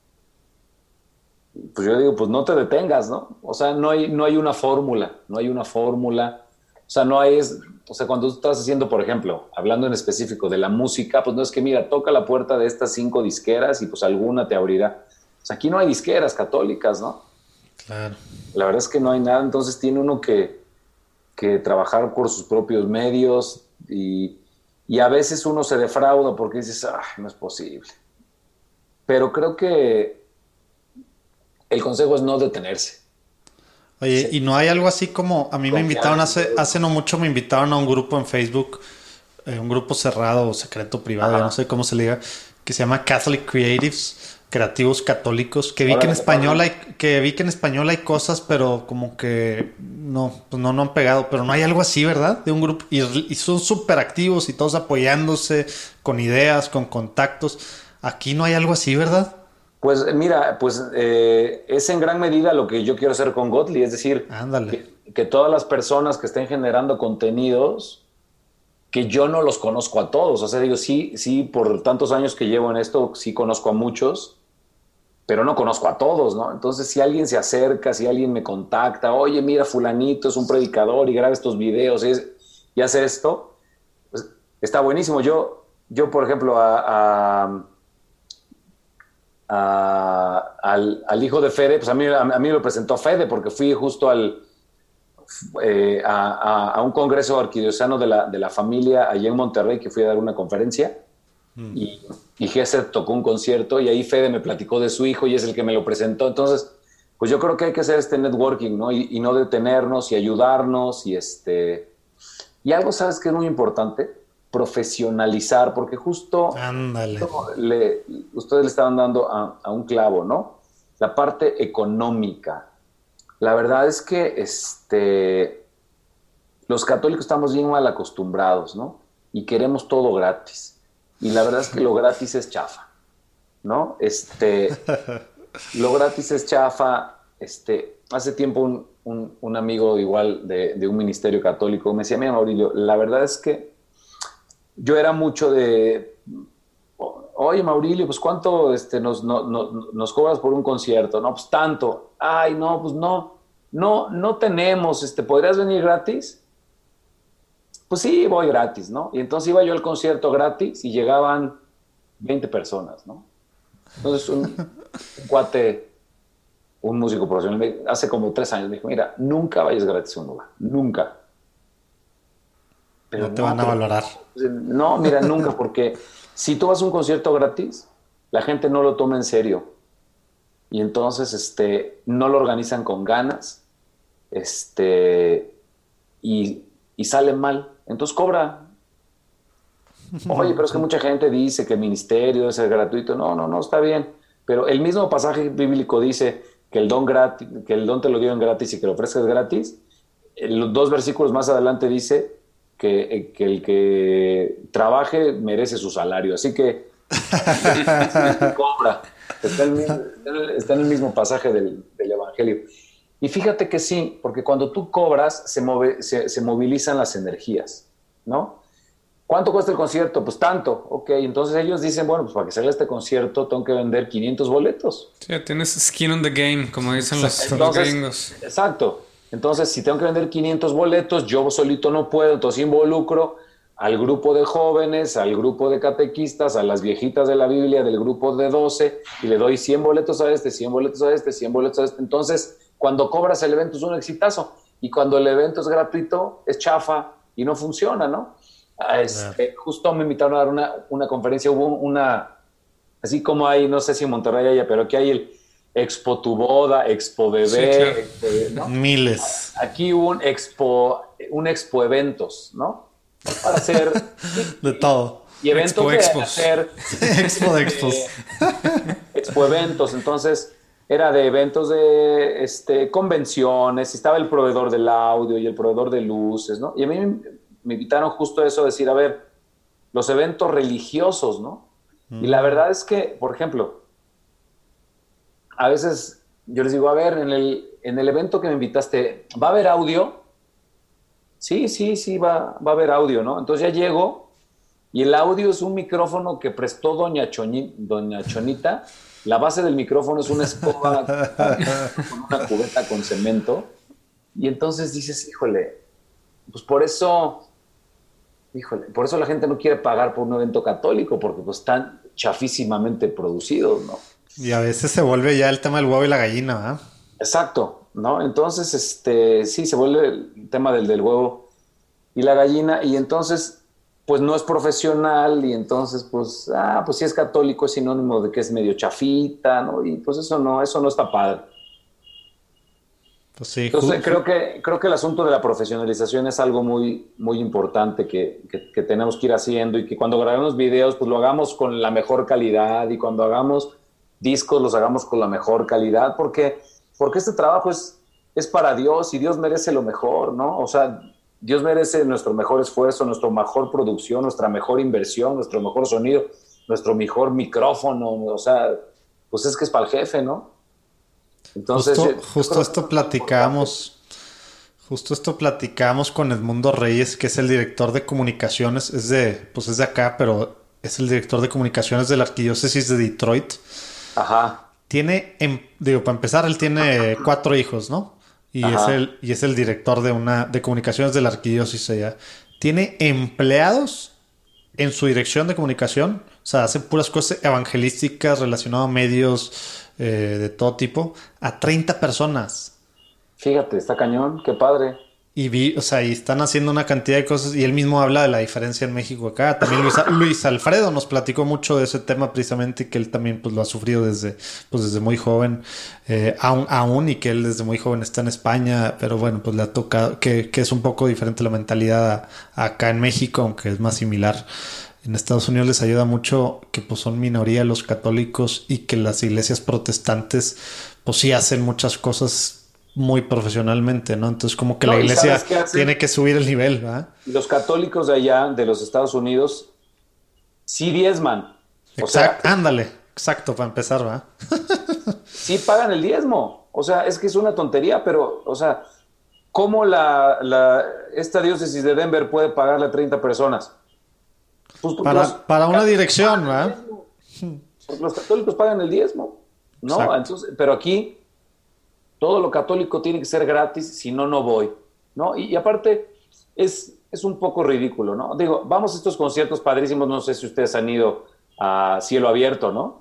Pues yo digo, pues no te detengas, ¿no? O sea, no hay, no hay una fórmula, no hay una fórmula. O sea, no hay, es, o sea, cuando tú estás haciendo, por ejemplo, hablando en específico de la música, pues no es que, mira, toca la puerta de estas cinco disqueras y pues alguna te abrirá. O sea, aquí no hay disqueras católicas, ¿no? Claro. La verdad es que no hay nada, entonces tiene uno que, que trabajar por sus propios medios y, y a veces uno se defrauda porque dices, ah, no es posible. Pero creo que el consejo es no detenerse. Oye, Sí. ¿y no hay algo así como, a mí me Confiar invitaron en hace, Dios. hace no mucho, me invitaron a un grupo en Facebook, eh, un grupo cerrado o secreto privado, Ajá. ya no sé cómo se le diga, que se llama Catholic Creatives, creativos católicos, que vi que en Órale, español órale. hay, que vi que en español hay cosas, pero como que no, pues no, no han pegado, pero no hay algo así, ¿verdad? De un grupo, y, y son súper activos y todos apoyándose con ideas, con contactos. Aquí no hay algo así, ¿verdad? Pues mira, pues eh, es en gran medida lo que yo quiero hacer con Godly, es decir, Ándale. que, que todas las personas que estén generando contenidos, que yo no los conozco a todos, o sea, digo, sí, sí, por tantos años que llevo en esto, sí conozco a muchos, pero no conozco a todos, ¿no? Entonces, si alguien se acerca, si alguien me contacta, oye, mira, fulanito es un predicador y graba estos videos y, es, y hace esto, pues está buenísimo. Yo, yo por ejemplo, a, a, a, al, al hijo de Fede, pues a mí, a, a mí me lo presentó Fede porque fui justo al, eh, a, a, a un congreso arquidiocesano de la, de la familia allá en Monterrey, que fui a dar una conferencia. Mm. Y, y Gesed tocó un concierto y ahí Fede me platicó de su hijo y es el que me lo presentó. Entonces, pues yo creo que hay que hacer este networking, ¿no? Y, y no detenernos y ayudarnos y este... Y algo, ¿sabes qué es muy importante? Profesionalizar, porque justo... Ándale. Le, ustedes le estaban dando a, a un clavo, ¿no? La parte económica. La verdad es que este, los católicos estamos bien mal acostumbrados, ¿no? Y queremos todo gratis. Y la verdad es que lo gratis es chafa, ¿no? Este, lo gratis es chafa. Este, hace tiempo un, un, un amigo igual de, de un ministerio católico me decía, mira, Maurilio, la verdad es que yo era mucho de, oye, Maurilio, pues ¿cuánto este, nos, no, no, nos cobras por un concierto? No, pues tanto. Ay, no, pues no, no, no tenemos, este, ¿podrías venir gratis? Pues sí, voy gratis, ¿no? Y entonces iba yo al concierto gratis y llegaban veinte personas, ¿no? Entonces un, un cuate, un músico profesional, hace como tres años me dijo, mira, nunca vayas gratis a un lugar, nunca. Pero no te no, van a valorar. No, mira, nunca, porque si tú vas a un concierto gratis, la gente no lo toma en serio. Y entonces este, no lo organizan con ganas este, y, y sale mal. Entonces cobra. Oye, pero es que mucha gente dice que el ministerio debe ser gratuito. No, no, no, está bien. Pero el mismo pasaje bíblico dice que el don, gratis, que el don te lo dieron gratis y que lo ofrezcas gratis. Los dos versículos más adelante dice que, que el que trabaje merece su salario. Así que cobra. Está en, el, está en el mismo pasaje del, del Evangelio. Y fíjate que sí, porque cuando tú cobras se, move, se, se movilizan las energías, ¿no? ¿Cuánto cuesta el concierto? Pues tanto. Ok, entonces ellos dicen, bueno, pues para que salga este concierto tengo que vender quinientos boletos. Sí, tienes skin on the game, como dicen los, entonces, los gringos. Exacto. Entonces, si tengo que vender quinientos boletos, yo solito no puedo, entonces involucro al grupo de jóvenes, al grupo de catequistas, a las viejitas de la Biblia del grupo de doce, y le doy cien boletos a este, cien boletos a este, cien boletos a este. Entonces, cuando cobras el evento es un exitazo, y cuando el evento es gratuito, es chafa y no funciona, ¿no? Este, justo me invitaron a dar una, una conferencia, hubo una, así como hay, no sé si en Monterrey haya, pero aquí hay el Expo Tu Boda, Expo Bebé, sí, claro. Expo, ¿no? Miles. Aquí hubo un Expo, un Expo Eventos, ¿no? Para hacer de todo. Y eventos Expo de Expos. hacer Expo de Expos. Eh, Expo Eventos, entonces era de eventos de este, convenciones, estaba el proveedor del audio y el proveedor de luces, ¿no? Y a mí me invitaron justo a eso, a decir, a ver, los eventos religiosos, ¿no? Mm. Y la verdad es que, por ejemplo, a veces yo les digo, a ver, en el, en el evento que me invitaste, ¿va a haber audio? Sí, sí, sí, va, va a haber audio, ¿no? Entonces ya llego y el audio es un micrófono que prestó doña, Choñi, doña Chonita. La base del micrófono es una escoba con una cubeta con cemento. Y entonces dices, híjole, pues por eso, híjole, por eso la gente no quiere pagar por un evento católico, porque pues están chafísimamente producidos, ¿no? Y a veces se vuelve ya el tema del huevo y la gallina, ¿verdad? Exacto, ¿no? Entonces, este, sí, se vuelve el tema del, del huevo y la gallina, y entonces, pues no es profesional, y entonces, pues, ah, pues si es católico es sinónimo de que es medio chafita, ¿no? Y pues eso no, eso no está padre. Pues sí, entonces, justo. creo que, creo que el asunto de la profesionalización es algo muy, muy importante que, que, que tenemos que ir haciendo, y que cuando grabemos videos, pues lo hagamos con la mejor calidad, y cuando hagamos discos los hagamos con la mejor calidad, porque, porque este trabajo es, es para Dios, y Dios merece lo mejor, ¿no? O sea, Dios merece nuestro mejor esfuerzo, nuestra mejor producción, nuestra mejor inversión, nuestro mejor sonido, nuestro mejor micrófono, o sea, pues es que es para el jefe, ¿no? Entonces, justo, yo, justo yo esto platicamos, justo esto platicamos con Edmundo Reyes, que es el director de comunicaciones, es de, pues es de acá, pero es el director de comunicaciones de la Arquidiócesis de Detroit. Ajá. tiene, em, digo, para empezar, él tiene cuatro hijos, ¿no? Y es, el, y es el director de una de comunicaciones de la arquidiócesis allá. Tiene empleados en su dirección de comunicación. O sea, hace puras cosas evangelísticas relacionadas a medios eh, de todo tipo. A treinta personas. Fíjate, está cañón, qué padre. Y vi, o sea, y están haciendo una cantidad de cosas. Y él mismo habla de la diferencia en México acá. También Luis, Luis Alfredo nos platicó mucho de ese tema precisamente, que él también pues lo ha sufrido desde, pues, desde muy joven, eh, aún, aún, y que él desde muy joven está en España, pero bueno, pues le ha tocado, que, que es un poco diferente la mentalidad a, acá en México, aunque es más similar. En Estados Unidos les ayuda mucho que pues son minoría los católicos y que las iglesias protestantes pues sí hacen muchas cosas muy profesionalmente, ¿no? Entonces como que no, la iglesia tiene que subir el nivel, ¿verdad? Los católicos de allá, de los Estados Unidos, sí diezman. Exacto, ándale, exacto, para empezar, ¿verdad? Sí pagan el diezmo. O sea, es que es una tontería, pero, o sea, ¿cómo la, la esta diócesis de Denver puede pagarle a treinta personas? Pues, para, los, para una dirección, ¿verdad? Los católicos pagan el diezmo, ¿no? Exacto. Entonces, pero aquí todo lo católico tiene que ser gratis, si no, no voy, ¿no? Y, y aparte, es, es un poco ridículo, ¿no? Digo, vamos a estos conciertos padrísimos, no sé si ustedes han ido a Cielo Abierto, ¿no?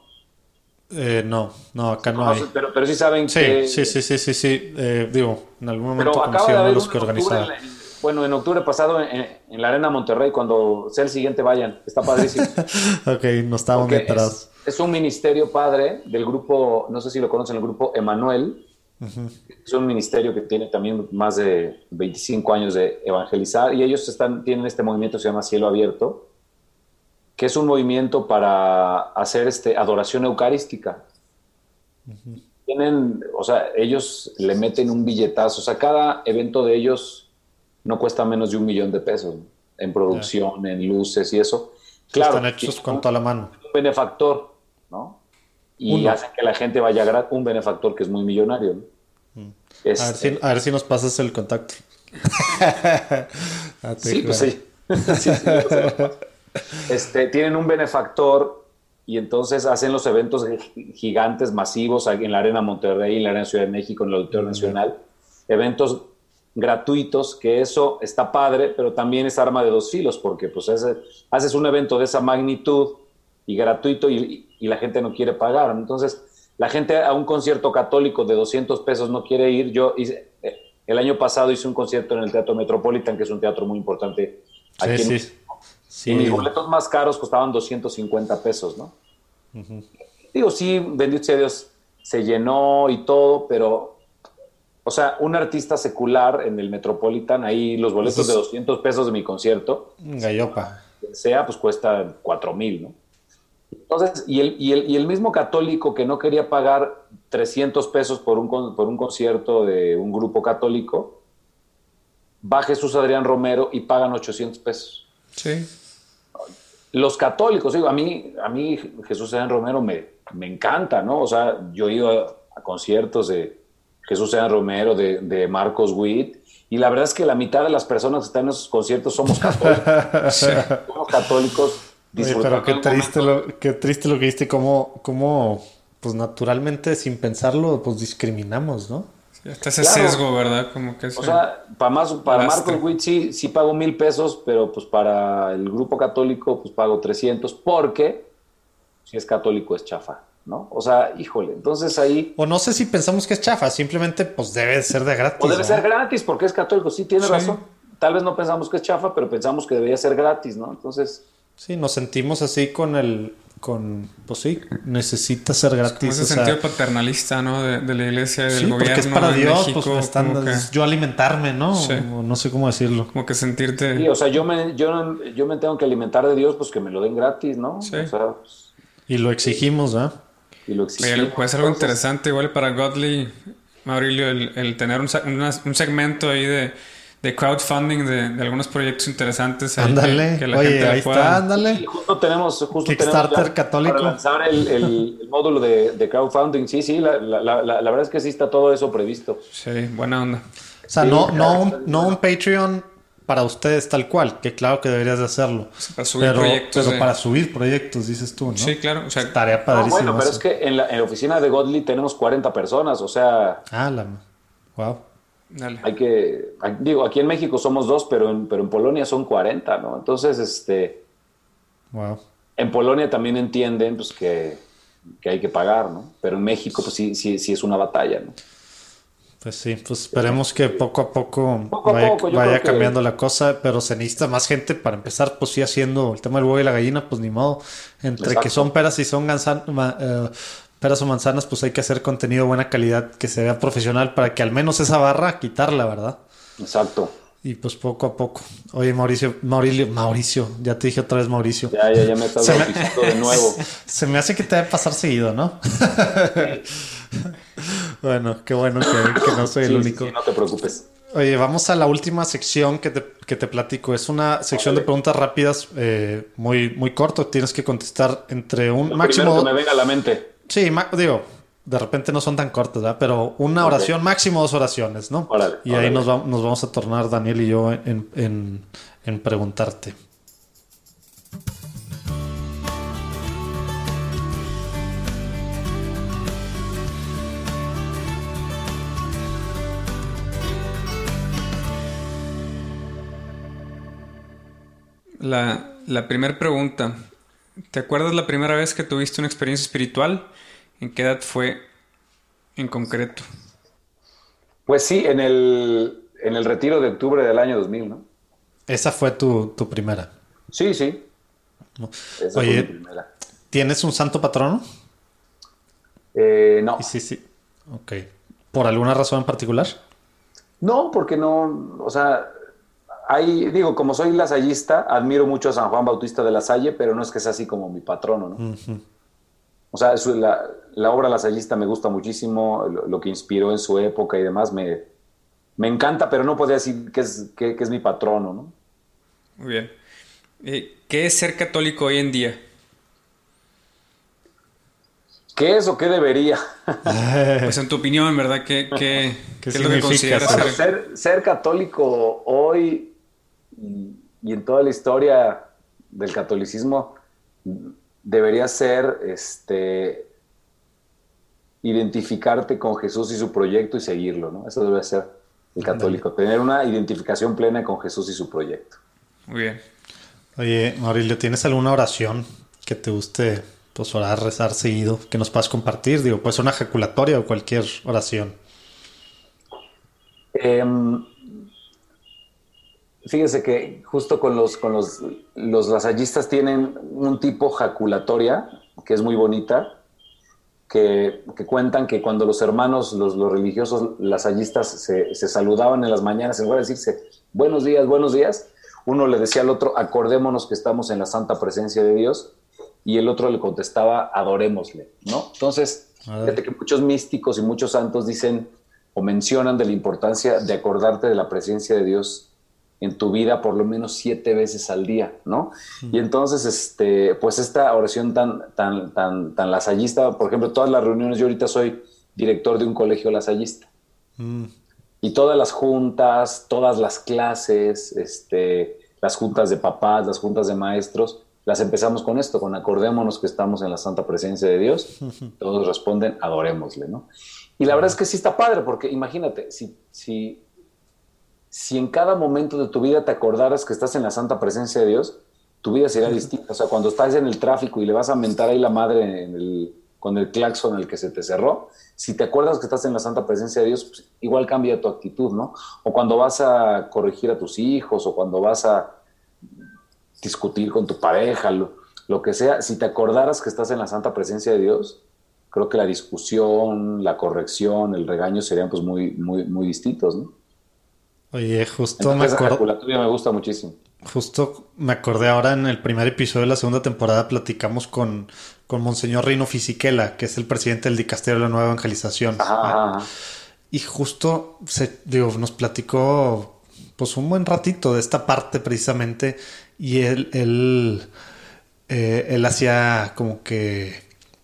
Eh, no, no, acá no, no hay. Pero, pero sí saben sí, que... Sí, sí, sí, sí, sí. Eh, digo, en algún momento pero conocí a uno de los que organizaba. Bueno, en octubre pasado en, en la Arena Monterrey, cuando sea el siguiente, vayan. Está padrísimo. Ok, no estábamos muy enterados. Es, es un ministerio padre del grupo, no sé si lo conocen, el grupo Emanuel. Uh-huh. Es un ministerio que tiene también más de veinticinco años de evangelizar y ellos están, tienen este movimiento que se llama Cielo Abierto, que es un movimiento para hacer este, adoración eucarística. Uh-huh. Tienen, o sea, ellos le meten un billetazo. O sea, cada evento de ellos no cuesta menos de un millón de pesos, ¿no? En producción, yeah. en luces y eso. Claro, están hechos con toda la mano. Un benefactor, ¿no? Y Uno. hacen que la gente vaya gratis. Un benefactor que es muy millonario, ¿no? Mm. Este, a, ver si, a ver si nos pasas el contacto. ah, sí, claro. pues sí. sí, sí este, tienen un benefactor y entonces hacen los eventos gigantes, masivos, en la Arena Monterrey, en la Arena Ciudad de México, en el Auditorio mm. Nacional. Eventos gratuitos, que eso está padre, pero también es arma de dos filos, porque pues ese, haces un evento de esa magnitud y gratuito y, y la gente no quiere pagar. Entonces, la gente a un concierto católico de doscientos pesos no quiere ir. Yo hice, el año pasado hice un concierto en el Teatro Metropolitan, que es un teatro muy importante aquí sí, en sí. Sí. Y mis boletos más caros costaban doscientos cincuenta pesos, ¿no? Uh-huh. Digo, sí, bendito sea Dios, se llenó y todo, pero, o sea, un artista secular en el Metropolitan, ahí los boletos es... de doscientos pesos de mi concierto, gallopa, sea, pues cuesta cuatro mil, ¿no? Entonces, y el, y, el, y el mismo católico que no quería pagar trescientos pesos por un, por un concierto de un grupo católico, va a Jesús Adrián Romero y pagan ochocientos pesos. Sí. Los católicos, digo, a mí, a mí Jesús Adrián Romero me, me encanta, ¿no? O sea, yo he ido a, a conciertos de Jesús Adrián Romero, de, de Marcos Witt, y la verdad es que la mitad de las personas que están en esos conciertos somos católicos. Sí. Somos católicos. Oye, pero qué triste, lo, qué triste lo que viste, cómo, cómo, pues naturalmente, sin pensarlo, pues discriminamos, ¿no? Sí, hasta ese claro. sesgo, ¿verdad? Como que o sea, para, más, para Marcos Witt sí, sí pago mil pesos, pero pues para el grupo católico pues pago trescientos, porque si es católico es chafa, ¿no? O sea, híjole, entonces ahí... O no sé si pensamos que es chafa, simplemente pues debe ser de gratis. O debe ¿no? ser gratis, porque es católico, sí, tiene sí. razón. Tal vez no pensamos que es chafa, pero pensamos que debería ser gratis, ¿no? Entonces... Sí, nos sentimos así con el, con, pues sí, necesita ser gratis. Como ese o sentido sea, paternalista, ¿no? De, de la iglesia, del sí, gobierno. Porque es para de Dios, México, pues me están, que... yo alimentarme, ¿no? Sí. O, no sé cómo decirlo. Como que sentirte... Sí, o sea, yo me, yo, yo me tengo que alimentar de Dios, pues que me lo den gratis, ¿no? Sí. O sea, pues... Y lo exigimos, ¿eh? Y lo exigimos. Oye, puede ser algo Entonces... interesante, igual para Godly, Maurilio, el, el tener un, una, un segmento ahí de... de crowdfunding de, de algunos proyectos interesantes. Ándale, que, que la oye, gente ahí pueda... está, ándale. Sí, justo tenemos, justo Kickstarter tenemos católico. Para lanzar el, el, el módulo de, de crowdfunding. Sí, sí, la, la, la, la verdad es que sí está todo eso previsto. Sí, buena onda. O sea, sí, no, claro, no, un, no un Patreon para ustedes tal cual, que claro que deberías de hacerlo. Para subir pero, proyectos. Pero de... para subir proyectos, dices tú, ¿no? Sí, claro. O sea, tarea padrísima. No, bueno, pero es que en la, en la oficina de Godly tenemos cuarenta personas, o sea... Ah, la... Wow. Dale. Hay que... Digo, aquí en México somos dos, pero en, pero en Polonia son cuarenta, ¿no? Entonces, este... Wow. En Polonia también entienden, pues, que, que hay que pagar, ¿no? Pero en México, pues, sí, sí, sí es una batalla, ¿no? Pues sí, pues esperemos que poco a poco, poco, a vaya, poco vaya que... cambiando la cosa, pero se necesita más gente para empezar, pues sí, haciendo el tema del huevo y la gallina, pues ni modo. Entre Exacto. que son peras y son ganzan, uh, peras o manzanas, pues hay que hacer contenido de buena calidad, que se vea profesional, para que al menos esa barra quitarla, ¿verdad? Exacto. Y pues poco a poco. Oye, Mauricio, Mauricio, Mauricio, ya te dije otra vez Mauricio. Ya, ya, ya me estás bautizando de nuevo. Se me hace que te debe pasar seguido, ¿no? Bueno, qué bueno que, que no soy sí, el único. Sí, no te preocupes. Oye, vamos a la última sección que te, que te platico. Es una sección de preguntas rápidas, eh, muy, muy corto. Tienes que contestar entre un Lo máximo... que me venga a la mente. Sí, digo, de repente no son tan cortas, ¿verdad? Pero una oración, okay. Máximo dos oraciones, ¿no? Órale, y órale. ahí nos, va, nos vamos a tornar, Daniel y yo, en, en, en preguntarte. La, la primera pregunta. ¿Te acuerdas la primera vez que tuviste una experiencia espiritual? ¿En qué edad fue en concreto? Pues sí, en el, en el retiro de octubre del año dos mil, ¿no? Esa fue tu, tu primera. Sí, sí. Esa Oye, fue mi primera. ¿Tienes un santo patrono? Eh, no. Sí, sí. Ok. ¿Por alguna razón en particular? No, porque no, o sea... Ahí, digo, como soy lasallista, admiro mucho a San Juan Bautista de La Salle, pero no es que sea así como mi patrono, ¿no? Uh-huh. O sea, su, la, la obra lasallista me gusta muchísimo, lo, lo que inspiró en su época y demás, me, me encanta, pero no podría decir que es, que, que es mi patrono, ¿no? Muy bien. Eh, ¿Qué es ser católico hoy en día? ¿Qué es o qué debería? Pues en tu opinión, ¿verdad? ¿Qué, qué, ¿Qué, ¿qué es lo que consideras ser? ser? Ser católico hoy y, y en toda la historia del catolicismo debería ser este, identificarte con Jesús y su proyecto y seguirlo, ¿no? Eso debe ser el católico, tener una identificación plena con Jesús y su proyecto. Muy bien. Oye, Maurilio, ¿tienes alguna oración que te guste pues orar, rezar seguido, que nos puedas compartir? Digo, puede ser una ejaculatoria o cualquier oración. Eh, fíjese que justo con los, con los, los lasallistas tienen un tipo jaculatoria que es muy bonita, que, que cuentan que cuando los hermanos, los, los religiosos lasallistas se, se saludaban en las mañanas, en lugar de decirse buenos días, buenos días, uno le decía al otro, acordémonos que estamos en la santa presencia de Dios, y el otro le contestaba, adorémosle, ¿no? Entonces, fíjate que muchos místicos y muchos santos dicen o mencionan de la importancia de acordarte de la presencia de Dios en tu vida por lo menos siete veces al día, ¿no? Mm. Y entonces, este, pues esta oración tan, tan, tan, tan lasallista, por ejemplo, todas las reuniones, yo ahorita soy director de un colegio lasallista, mm. y todas las juntas, todas las clases, este, las juntas de papás, las juntas de maestros, las empezamos con esto, con acordémonos que estamos en la santa presencia de Dios. Todos responden, adorémosle, ¿no? Y la verdad es que sí está padre, porque imagínate, si, si, si en cada momento de tu vida te acordaras que estás en la santa presencia de Dios, tu vida sería distinta. O sea, cuando estás en el tráfico y le vas a mentar ahí la madre en el, con el claxon al que se te cerró, si te acuerdas que estás en la santa presencia de Dios, pues igual cambia tu actitud, ¿no? O cuando vas a corregir a tus hijos, o cuando vas a discutir con tu pareja, lo, lo que sea, si te acordaras que estás en la santa presencia de Dios, creo que la discusión, la corrección, el regaño serían pues muy, muy, muy distintos, ¿no? Oye, justo Entonces, me acuerdo. me gusta muchísimo. Justo me acordé ahora en el primer episodio de la segunda temporada, platicamos con, con Monseñor Rino Fisichella, que es el presidente del Dicasterio de la Nueva Evangelización. Ajá, ajá. Y justo se, digo, nos platicó pues un buen ratito de esta parte precisamente. Y él, él, eh, él hacía como que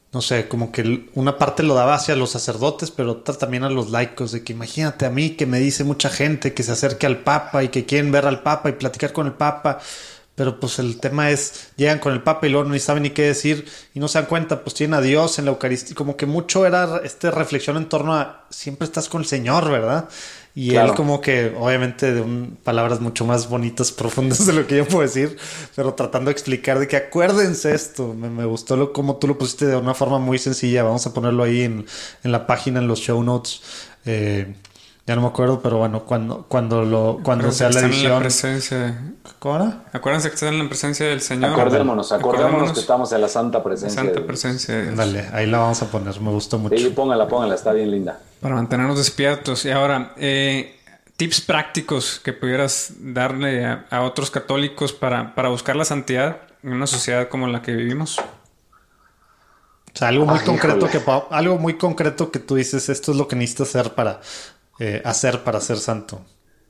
no sé, como que una parte lo daba hacia los sacerdotes, pero otra también a los laicos, de que imagínate a mí que me dice mucha gente que se acerque al Papa y que quieren ver al Papa y platicar con el Papa, pero pues el tema es, llegan con el Papa y luego no saben ni qué decir y no se dan cuenta, pues tienen a Dios en la Eucaristía, como que mucho era esta reflexión en torno a siempre estás con el Señor, ¿verdad? Y claro. Él como que, obviamente, de un, palabras mucho más bonitas, profundas de lo que yo puedo decir, pero tratando de explicar de que acuérdense esto. Me, me gustó lo, como tú lo pusiste de una forma muy sencilla. Vamos a ponerlo ahí en, en la página, en los show notes. Eh, ya no me acuerdo, pero bueno, cuando, cuando, lo, cuando sea la edición... En la presencia... ¿Cómo era? Acuérdense que están en la presencia del Señor. Acordémonos, acordémonos, acordémonos que estamos en la santa presencia. Santa presencia de Dios. Dale, ahí la vamos a poner, me gustó mucho. Sí, póngala, póngala, está bien linda. Para mantenernos despiertos. Y ahora, eh, tips prácticos que pudieras darle a, a otros católicos para, para buscar la santidad en una sociedad como la que vivimos. O sea, algo muy Ay, concreto híjole. que algo muy concreto que tú dices, esto es lo que necesitas hacer para eh, hacer para ser santo.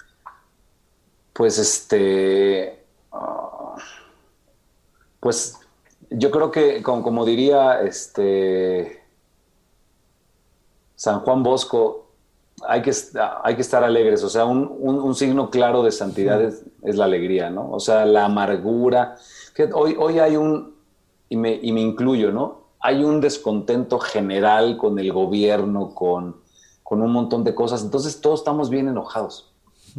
Pues este, uh, pues yo creo que como, como diría este San Juan Bosco, hay que, hay que estar alegres. O sea, un, un, un signo claro de santidad es, es la alegría, ¿no? O sea, la amargura. Fíjate, hoy, hoy hay un, y me, y me incluyo, ¿no? Hay un descontento general con el gobierno, con, con un montón de cosas. Entonces todos estamos bien enojados.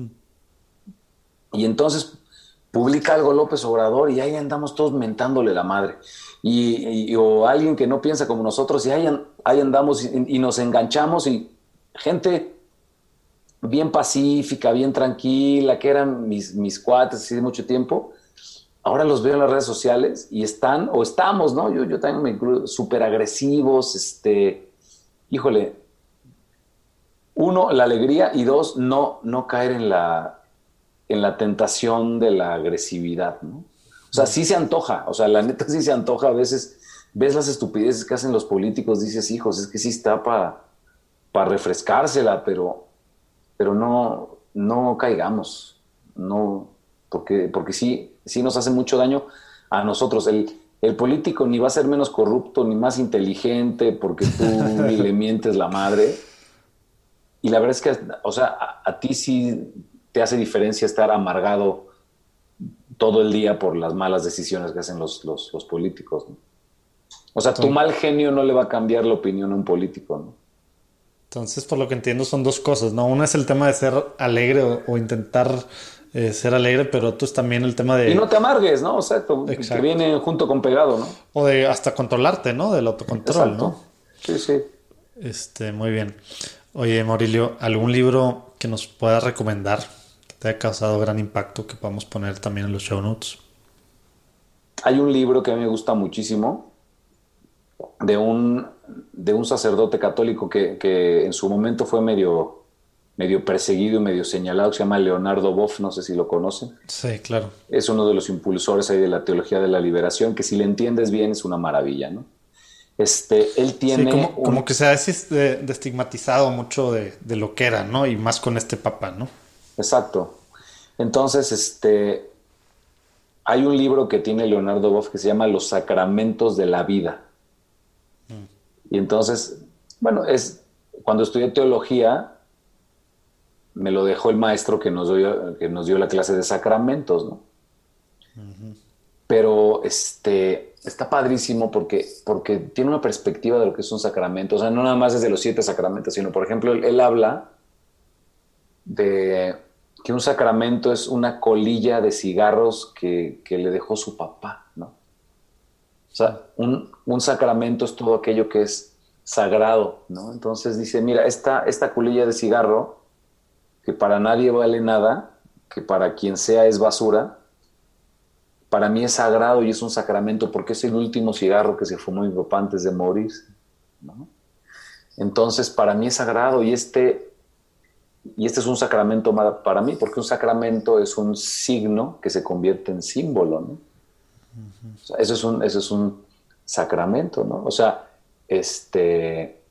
Y entonces publica algo López Obrador y ahí andamos todos mentándole la madre. Y, y, o alguien que no piensa como nosotros y ahí, ahí andamos y, y nos enganchamos y gente bien pacífica, bien tranquila, que eran mis, mis cuates así de mucho tiempo, ahora los veo en las redes sociales y están, o estamos, ¿no? Yo, yo también me incluyo, súper agresivos, este, híjole, uno, la alegría, y dos, no, no caer en la, en la tentación de la agresividad, ¿no? O sea, sí se antoja, o sea, la neta sí se antoja, a veces ves las estupideces que hacen los políticos, dices, hijos, es que sí está para pa refrescársela, pero, pero no, no caigamos, no, porque, porque sí, sí nos hace mucho daño a nosotros. El, el político ni va a ser menos corrupto, ni más inteligente, porque tú le mientes la madre. Y la verdad es que, o sea, a, a ti sí te hace diferencia estar amargado todo el día por las malas decisiones que hacen los, los, los políticos, ¿no? O sea, tu mal genio no le va a cambiar la opinión a un político, ¿no? Entonces, por lo que entiendo, son dos cosas, ¿no? Una es el tema de ser alegre o, o intentar eh, ser alegre, pero otro es también el tema de... Y no te amargues, ¿no? O sea, que, que viene junto con pegado, ¿no? O de hasta controlarte, ¿no? Del autocontrol, Exacto. ¿no? Sí, sí. Este, muy bien. Oye, Maurilio, ¿algún libro que nos puedas recomendar que te haya causado gran impacto que podamos poner también en los show notes? Hay un libro que a mí me gusta muchísimo de un, de un sacerdote católico que, que en su momento fue medio, medio perseguido y medio señalado, que se llama Leonardo Boff, no sé si lo conocen. Sí, claro. Es uno de los impulsores ahí de la teología de la liberación, que si le entiendes bien es una maravilla, ¿no? Este, él tiene... Sí, como, un... como que se ha desestigmatizado mucho de, de lo que era, ¿no? Y más con este papa, ¿no? Exacto. Entonces, este, hay un libro que tiene Leonardo Boff que se llama Los Sacramentos de la Vida. Mm. Y entonces, bueno, es cuando estudié teología, me lo dejó el maestro que nos dio, que nos dio la clase de sacramentos, ¿no? Uh-huh. Pero este, está padrísimo porque, porque tiene una perspectiva de lo que es un sacramento. O sea, no nada más desde los siete sacramentos, sino, por ejemplo, él, él habla de que un sacramento es una colilla de cigarros que, que le dejó su papá, ¿no? O sea, un, un sacramento es todo aquello que es sagrado, ¿no? Entonces dice, mira, esta, esta colilla de cigarro, que para nadie vale nada, que para quien sea es basura, para mí es sagrado y es un sacramento porque es el último cigarro que se fumó mi papá antes de morir, ¿no? Entonces, para mí es sagrado y este, y este es un sacramento para mí, porque un sacramento es un signo que se convierte en símbolo, ¿no? Uh-huh. O sea, eso es un, eso es un sacramento, ¿no? O sea, este,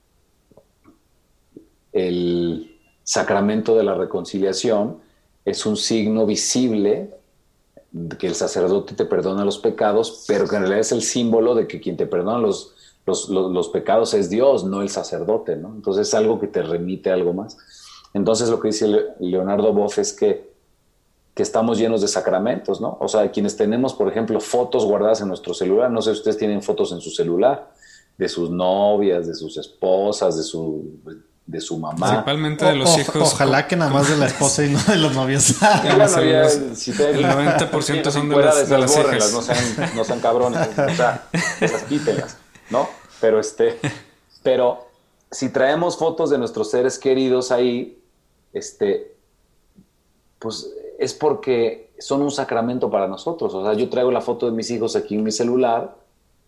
el sacramento de la reconciliación es un signo visible que el sacerdote te perdona los pecados, pero que en realidad es el símbolo de que quien te perdona los, los, los, los pecados es Dios, no el sacerdote, ¿no? Entonces es algo que te remite a algo más. Entonces lo que dice Leonardo Boff es que, que estamos llenos de sacramentos, ¿no? O sea, quienes tenemos, por ejemplo, fotos guardadas en nuestro celular, no sé si ustedes tienen fotos en su celular, de sus novias, de sus esposas, de su, de su mamá. Principalmente de los o, hijos. Ojalá que nada más de la esposa y no de los novios. Bueno, ya, si te, el noventa por ciento son de las, de las hijas. No sean, no sean cabrones, o sea, esas quítenlas, ¿no? Pero, este, pero si traemos fotos de nuestros seres queridos ahí, este, pues es porque son un sacramento para nosotros. O sea, yo traigo la foto de mis hijos aquí en mi celular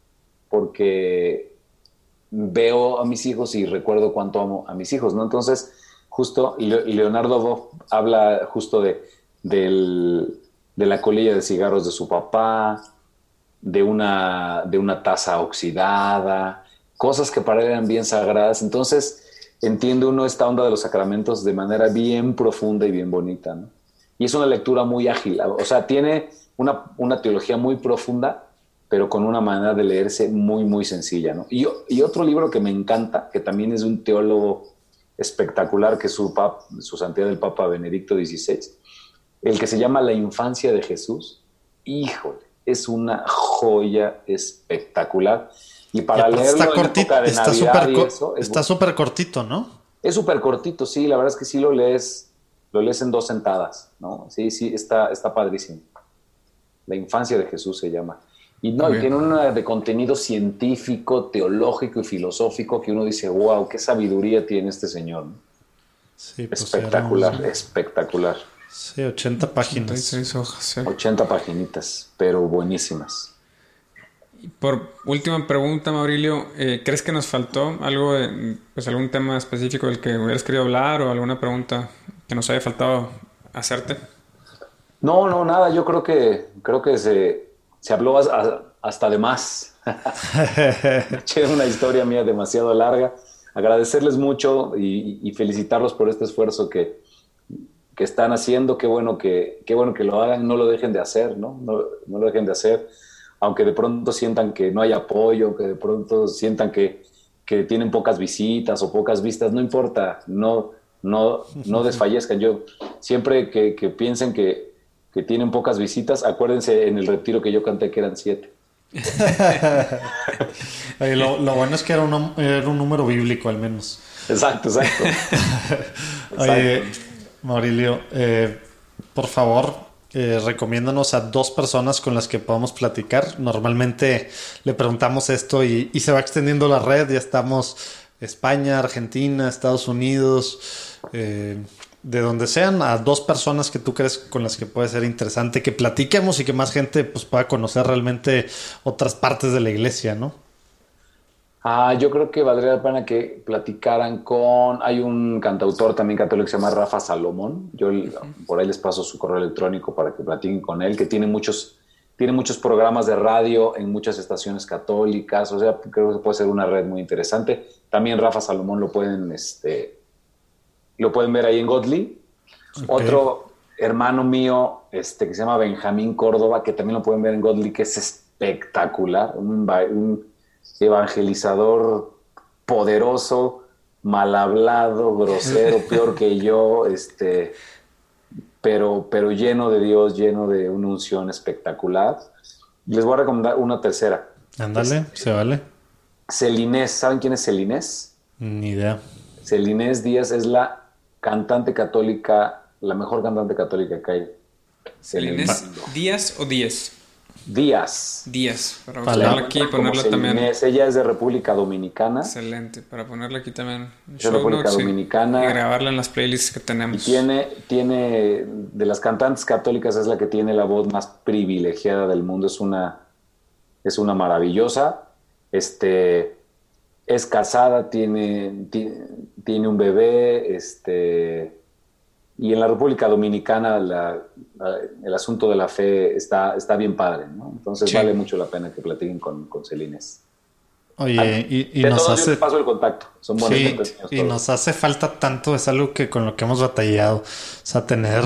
porque veo a mis hijos y recuerdo cuánto amo a mis hijos, ¿no? Entonces, justo Leonardo Boff habla justo de, del, de la colilla de cigarros de su papá, de una, de una taza oxidada, cosas que para él eran bien sagradas. Entonces, entiende uno esta onda de los sacramentos de manera bien profunda y bien bonita, ¿no? Y es una lectura muy ágil, o sea, tiene una, una teología muy profunda, pero con una manera de leerse muy, muy sencilla, ¿no? Y, y otro libro que me encanta, que también es de un teólogo espectacular, que es su, pap, su santidad del Papa Benedicto dieciséis, el que se llama La infancia de Jesús. Híjole, es una joya espectacular. Y para y leerlo está cortito, en época de está Navidad super, y eso, es está súper cortito, ¿no? Es súper cortito, sí, la verdad es que sí lo lees, lo lees en dos sentadas, ¿no? Sí, sí, está, está padrísimo. La infancia de Jesús se llama. Y no, y tiene una de contenido científico, teológico y filosófico que uno dice, wow, qué sabiduría tiene este señor, ¿no? Sí, pues espectacular, era... espectacular. Sí, ochenta páginas. ochenta y seis hojas, sí. ochenta paginitas, pero buenísimas. Y por última pregunta, Maurilio, eh, ¿crees que nos faltó algo, de, pues algún tema específico del que hubieras querido hablar o alguna pregunta que nos haya faltado hacerte? No, no, nada, yo creo que, creo que se... Se habló hasta de más. Eché una historia mía demasiado larga. Agradecerles mucho y, y felicitarlos por este esfuerzo que, que están haciendo. Qué bueno que, qué bueno que lo hagan. No lo dejen de hacer, ¿no? No, no lo dejen de hacer. Aunque de pronto sientan que no hay apoyo, que de pronto sientan que, que tienen pocas visitas o pocas vistas. No importa. No, no, no desfallezcan. Yo siempre que, que piensen que que tienen pocas visitas, acuérdense en el retiro que yo canté que eran siete. Oye, lo, lo bueno es que era un, era un número bíblico al menos. Exacto, exacto. Oye, Maurilio, eh, por favor, eh, recomiéndanos a dos personas con las que podamos platicar. Normalmente le preguntamos esto y, y se va extendiendo la red. Ya estamos España, Argentina, Estados Unidos... Eh, de donde sean, a dos personas que tú crees con las que puede ser interesante que platiquemos y que más gente pues pueda conocer realmente otras partes de la iglesia, ¿no? Ah, yo creo que valdría la pena que platicaran con... Hay un cantautor también católico que se llama Rafa Salomón. Yo uh-huh. por ahí les paso su correo electrónico para que platiquen con él, que tiene muchos, tiene muchos programas de radio en muchas estaciones católicas. O sea, creo que puede ser una red muy interesante. También Rafa Salomón lo pueden... este Lo pueden ver ahí en Godly. Okay. Otro hermano mío este, que se llama Benjamín Córdoba, que también lo pueden ver en Godly, que es espectacular. Un, un evangelizador poderoso, mal hablado, grosero, peor que yo, este, pero, pero lleno de Dios, lleno de una unción espectacular. Les voy a recomendar una tercera. Ándale, este, se vale. Celinés, ¿saben quién es Celinés? Ni idea. Celinés Díaz es la cantante católica, la mejor cantante católica que hay. ¿Celinés Díaz o Díaz? Díaz. Díaz, para ponerla aquí y ponerla también. Ella es de República Dominicana. Excelente, para ponerla aquí también. De República Dominicana. Y grabarla en las playlists que tenemos. Y tiene, tiene, de las cantantes católicas es la que tiene la voz más privilegiada del mundo. Es una, es una maravillosa. Este... Es casada, tiene, tiene, tiene un bebé, este, y en la República Dominicana la, la, el asunto de la fe está, está bien padre, ¿no? Entonces sí. Vale mucho la pena que platiquen con, con Celines. Oye, Ay, y, y de nos todos hace... yo te paso el contacto, son buenos sí, y nos hace falta tanto, es algo que con lo que hemos batallado, o sea, tener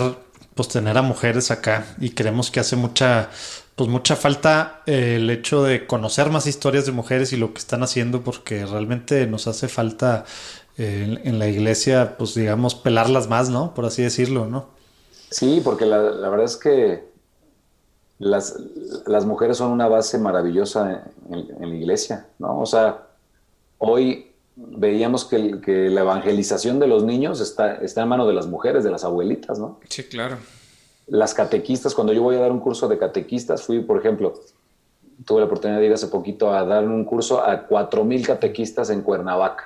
pues tener a mujeres acá y creemos que hace mucha, pues mucha falta eh, el hecho de conocer más historias de mujeres y lo que están haciendo, porque realmente nos hace falta eh, en, en la iglesia, pues digamos, pelarlas más, ¿no? Por así decirlo, ¿no? Sí, porque la, la verdad es que las, las mujeres son una base maravillosa en, en, en la iglesia, ¿no? O sea, hoy veíamos que, el, que la evangelización de los niños está, está en manos de las mujeres, de las abuelitas, ¿no? Sí, claro. Las catequistas, cuando yo voy a dar un curso de catequistas, fui, por ejemplo, tuve la oportunidad de ir hace poquito a dar un curso a cuatro mil catequistas en Cuernavaca.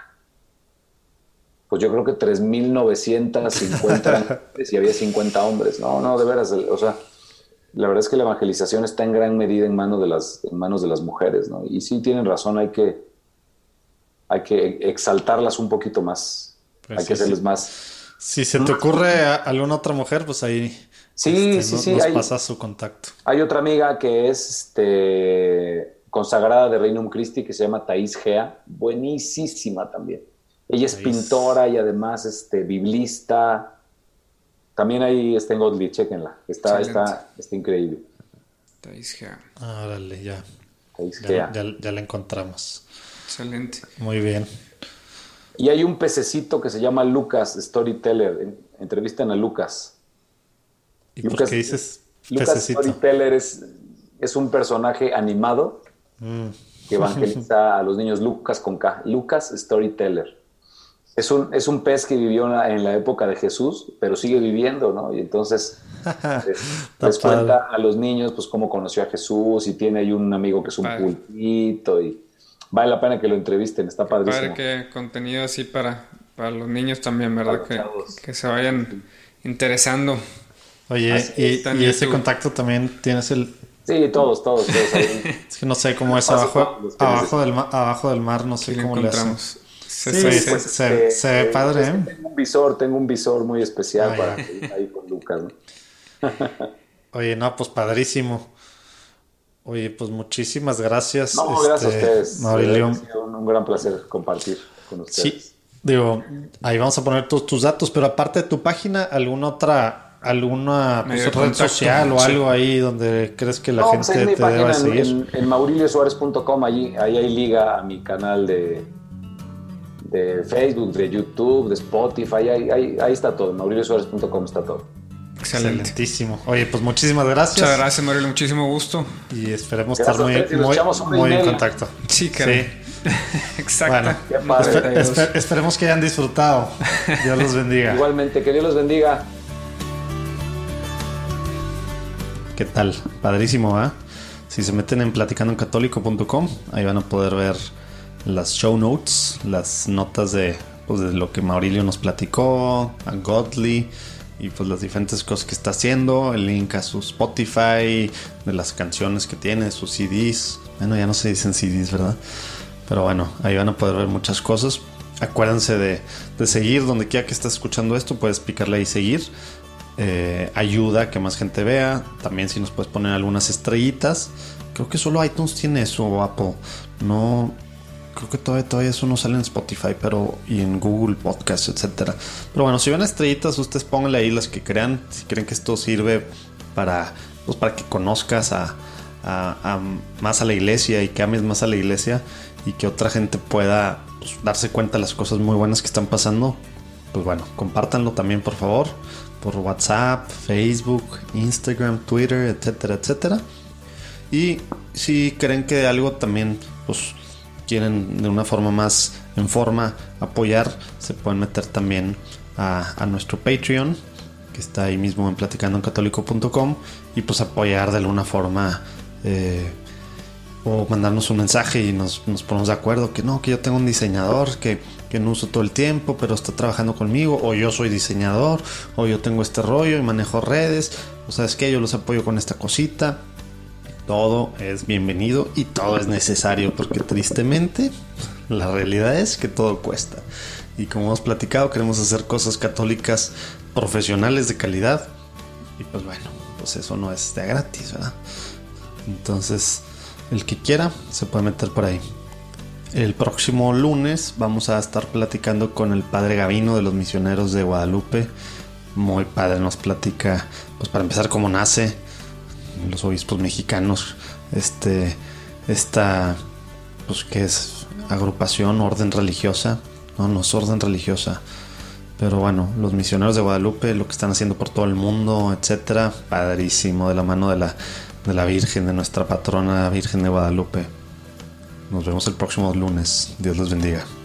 Pues yo creo que tres mil novecientos cincuenta mujeres y había cincuenta hombres. No, no, de veras, o sea, la verdad es que la evangelización está en gran medida en manos de las, en manos de las mujeres, ¿no? Y sí tienen razón, hay que, hay que exaltarlas un poquito más, pues hay sí, que hacerles sí. más. Si se te ocurre a alguna otra mujer, pues ahí sí, este, sí, no, sí, nos hay, pasa su contacto. Hay otra amiga que es este, consagrada de Regnum Christi, que se llama Thais Gea, buenísima también. Ella es Thais. pintora y además este, biblista. También ahí está en Godly, chéquenla. Está, está, está increíble. Thais Gea. Ah, órale, ya. Thais Ya, Gea. ya, ya la encontramos. Excelente. Muy bien. Y hay un pececito que se llama Lucas Storyteller. Entrevistan a Lucas. ¿Y Lucas, por qué dices Lucas pececito? Storyteller es, es un personaje animado Mm. que evangeliza a los niños. Lucas con K. Lucas Storyteller. Es un, es un pez que vivió en la época de Jesús, pero sigue viviendo, ¿no? Y entonces les, les cuenta a los niños pues cómo conoció a Jesús, y tiene ahí un amigo que es un Padre. pulpito, y vale la pena que lo entrevisten, está padrísimo. Padre, que contenido así para, para los niños también, ¿verdad? Para Que, chavos. que se vayan interesando. Oye, Así y, está en y ese YouTube. contacto también tienes el... Sí, todos, todos, todos. Ahí. Es que no sé cómo es Paso abajo, todos los que abajo, del, ma- abajo del mar, no sé Aquí lo cómo le hacen. encontramos. Se- Sí, se- sí, se- pues, se, eh, se ve eh, padre, es que ¿eh? Tengo un visor, tengo un visor muy especial Ah, para ya. ir ahí con Lucas, ¿no? Oye, no, pues padrísimo. Oye, pues muchísimas gracias. No, gracias a este, ustedes. Mauricio. Ha sido un, un gran placer compartir con ustedes. Sí, digo, ahí vamos a poner todos tus datos, pero aparte de tu página, ¿alguna otra, alguna pues, Medio de red contacto, social o sí. algo ahí donde crees que la No, gente pues en mi te deba página de en, seguir? en, en maurilio suárez punto com, ahí, ahí hay liga a mi canal de, de Facebook, de YouTube, de Spotify, ahí, ahí, ahí está todo, en maurilio suárez punto com está todo. Excelente. Excelentísimo. Oye, pues muchísimas gracias. Muchas gracias, Mario. Muchísimo gusto. Y esperemos Gracias estar a muy, ustedes y nos muy, echamos una y muy en media. contacto. Sí, caray. Sí. Exacto. Bueno, Qué padre. espe- espe- esperemos que hayan disfrutado. Dios los bendiga. Igualmente, que Dios los bendiga. ¿Qué tal? Padrísimo, ¿eh? Si se meten en platicando en católico punto com, ahí van a poder ver las show notes, las notas de, pues, de lo que Maurilio nos platicó, a Godly, y pues las diferentes cosas que está haciendo, el link a su Spotify, de las canciones que tiene, sus C Ds. Bueno, ya no se dicen C Ds, ¿verdad? Pero bueno, ahí van a poder ver muchas cosas. Acuérdense de, de seguir donde quiera que estés escuchando esto, puedes picarle ahí seguir. Eh, ayuda a que más gente vea. También si nos puedes poner algunas estrellitas. Creo que solo iTunes tiene eso, o Apple. No, creo que todavía, todavía eso no sale en Spotify, pero y en Google Podcast, etcétera. Pero bueno, si ven estrellitas, ustedes pónganle ahí las que crean. Si creen que esto sirve para, pues, para que conozcas a, a, a más a la iglesia y que ames más a la iglesia y que otra gente pueda, pues, darse cuenta de las cosas muy buenas que están pasando, pues bueno, compártanlo también, por favor, por WhatsApp, Facebook, Instagram, Twitter, etcétera, etcétera. Y si creen que algo también, pues, quieren de una forma más en forma apoyar, se pueden meter también a, a nuestro Patreon, que está ahí mismo en platicando en católico punto com, y pues apoyar de alguna forma, eh, o mandarnos un mensaje y nos, nos ponemos de acuerdo que no, que yo tengo un diseñador que, que no uso todo el tiempo, pero está trabajando conmigo, o yo soy diseñador, o yo tengo este rollo y manejo redes, o sabes que yo los apoyo con esta cosita. Todo es bienvenido y todo es necesario, porque tristemente la realidad es que todo cuesta. Y como hemos platicado, queremos hacer cosas católicas profesionales de calidad. Y pues bueno, pues eso no es de gratis, ¿verdad? Entonces, el que quiera se puede meter por ahí. El próximo lunes vamos a estar platicando con el padre Gavino de los Misioneros de Guadalupe. muy padre. Nos platica, pues para empezar, cómo nace los obispos mexicanos, este, esta, pues que es agrupación, orden religiosa, no, no es orden religiosa, pero bueno, los misioneros de Guadalupe, lo que están haciendo por todo el mundo, etcétera, padrísimo, de la mano de la, de la Virgen, de nuestra patrona Virgen de Guadalupe. Nos vemos el próximo lunes. Dios los bendiga.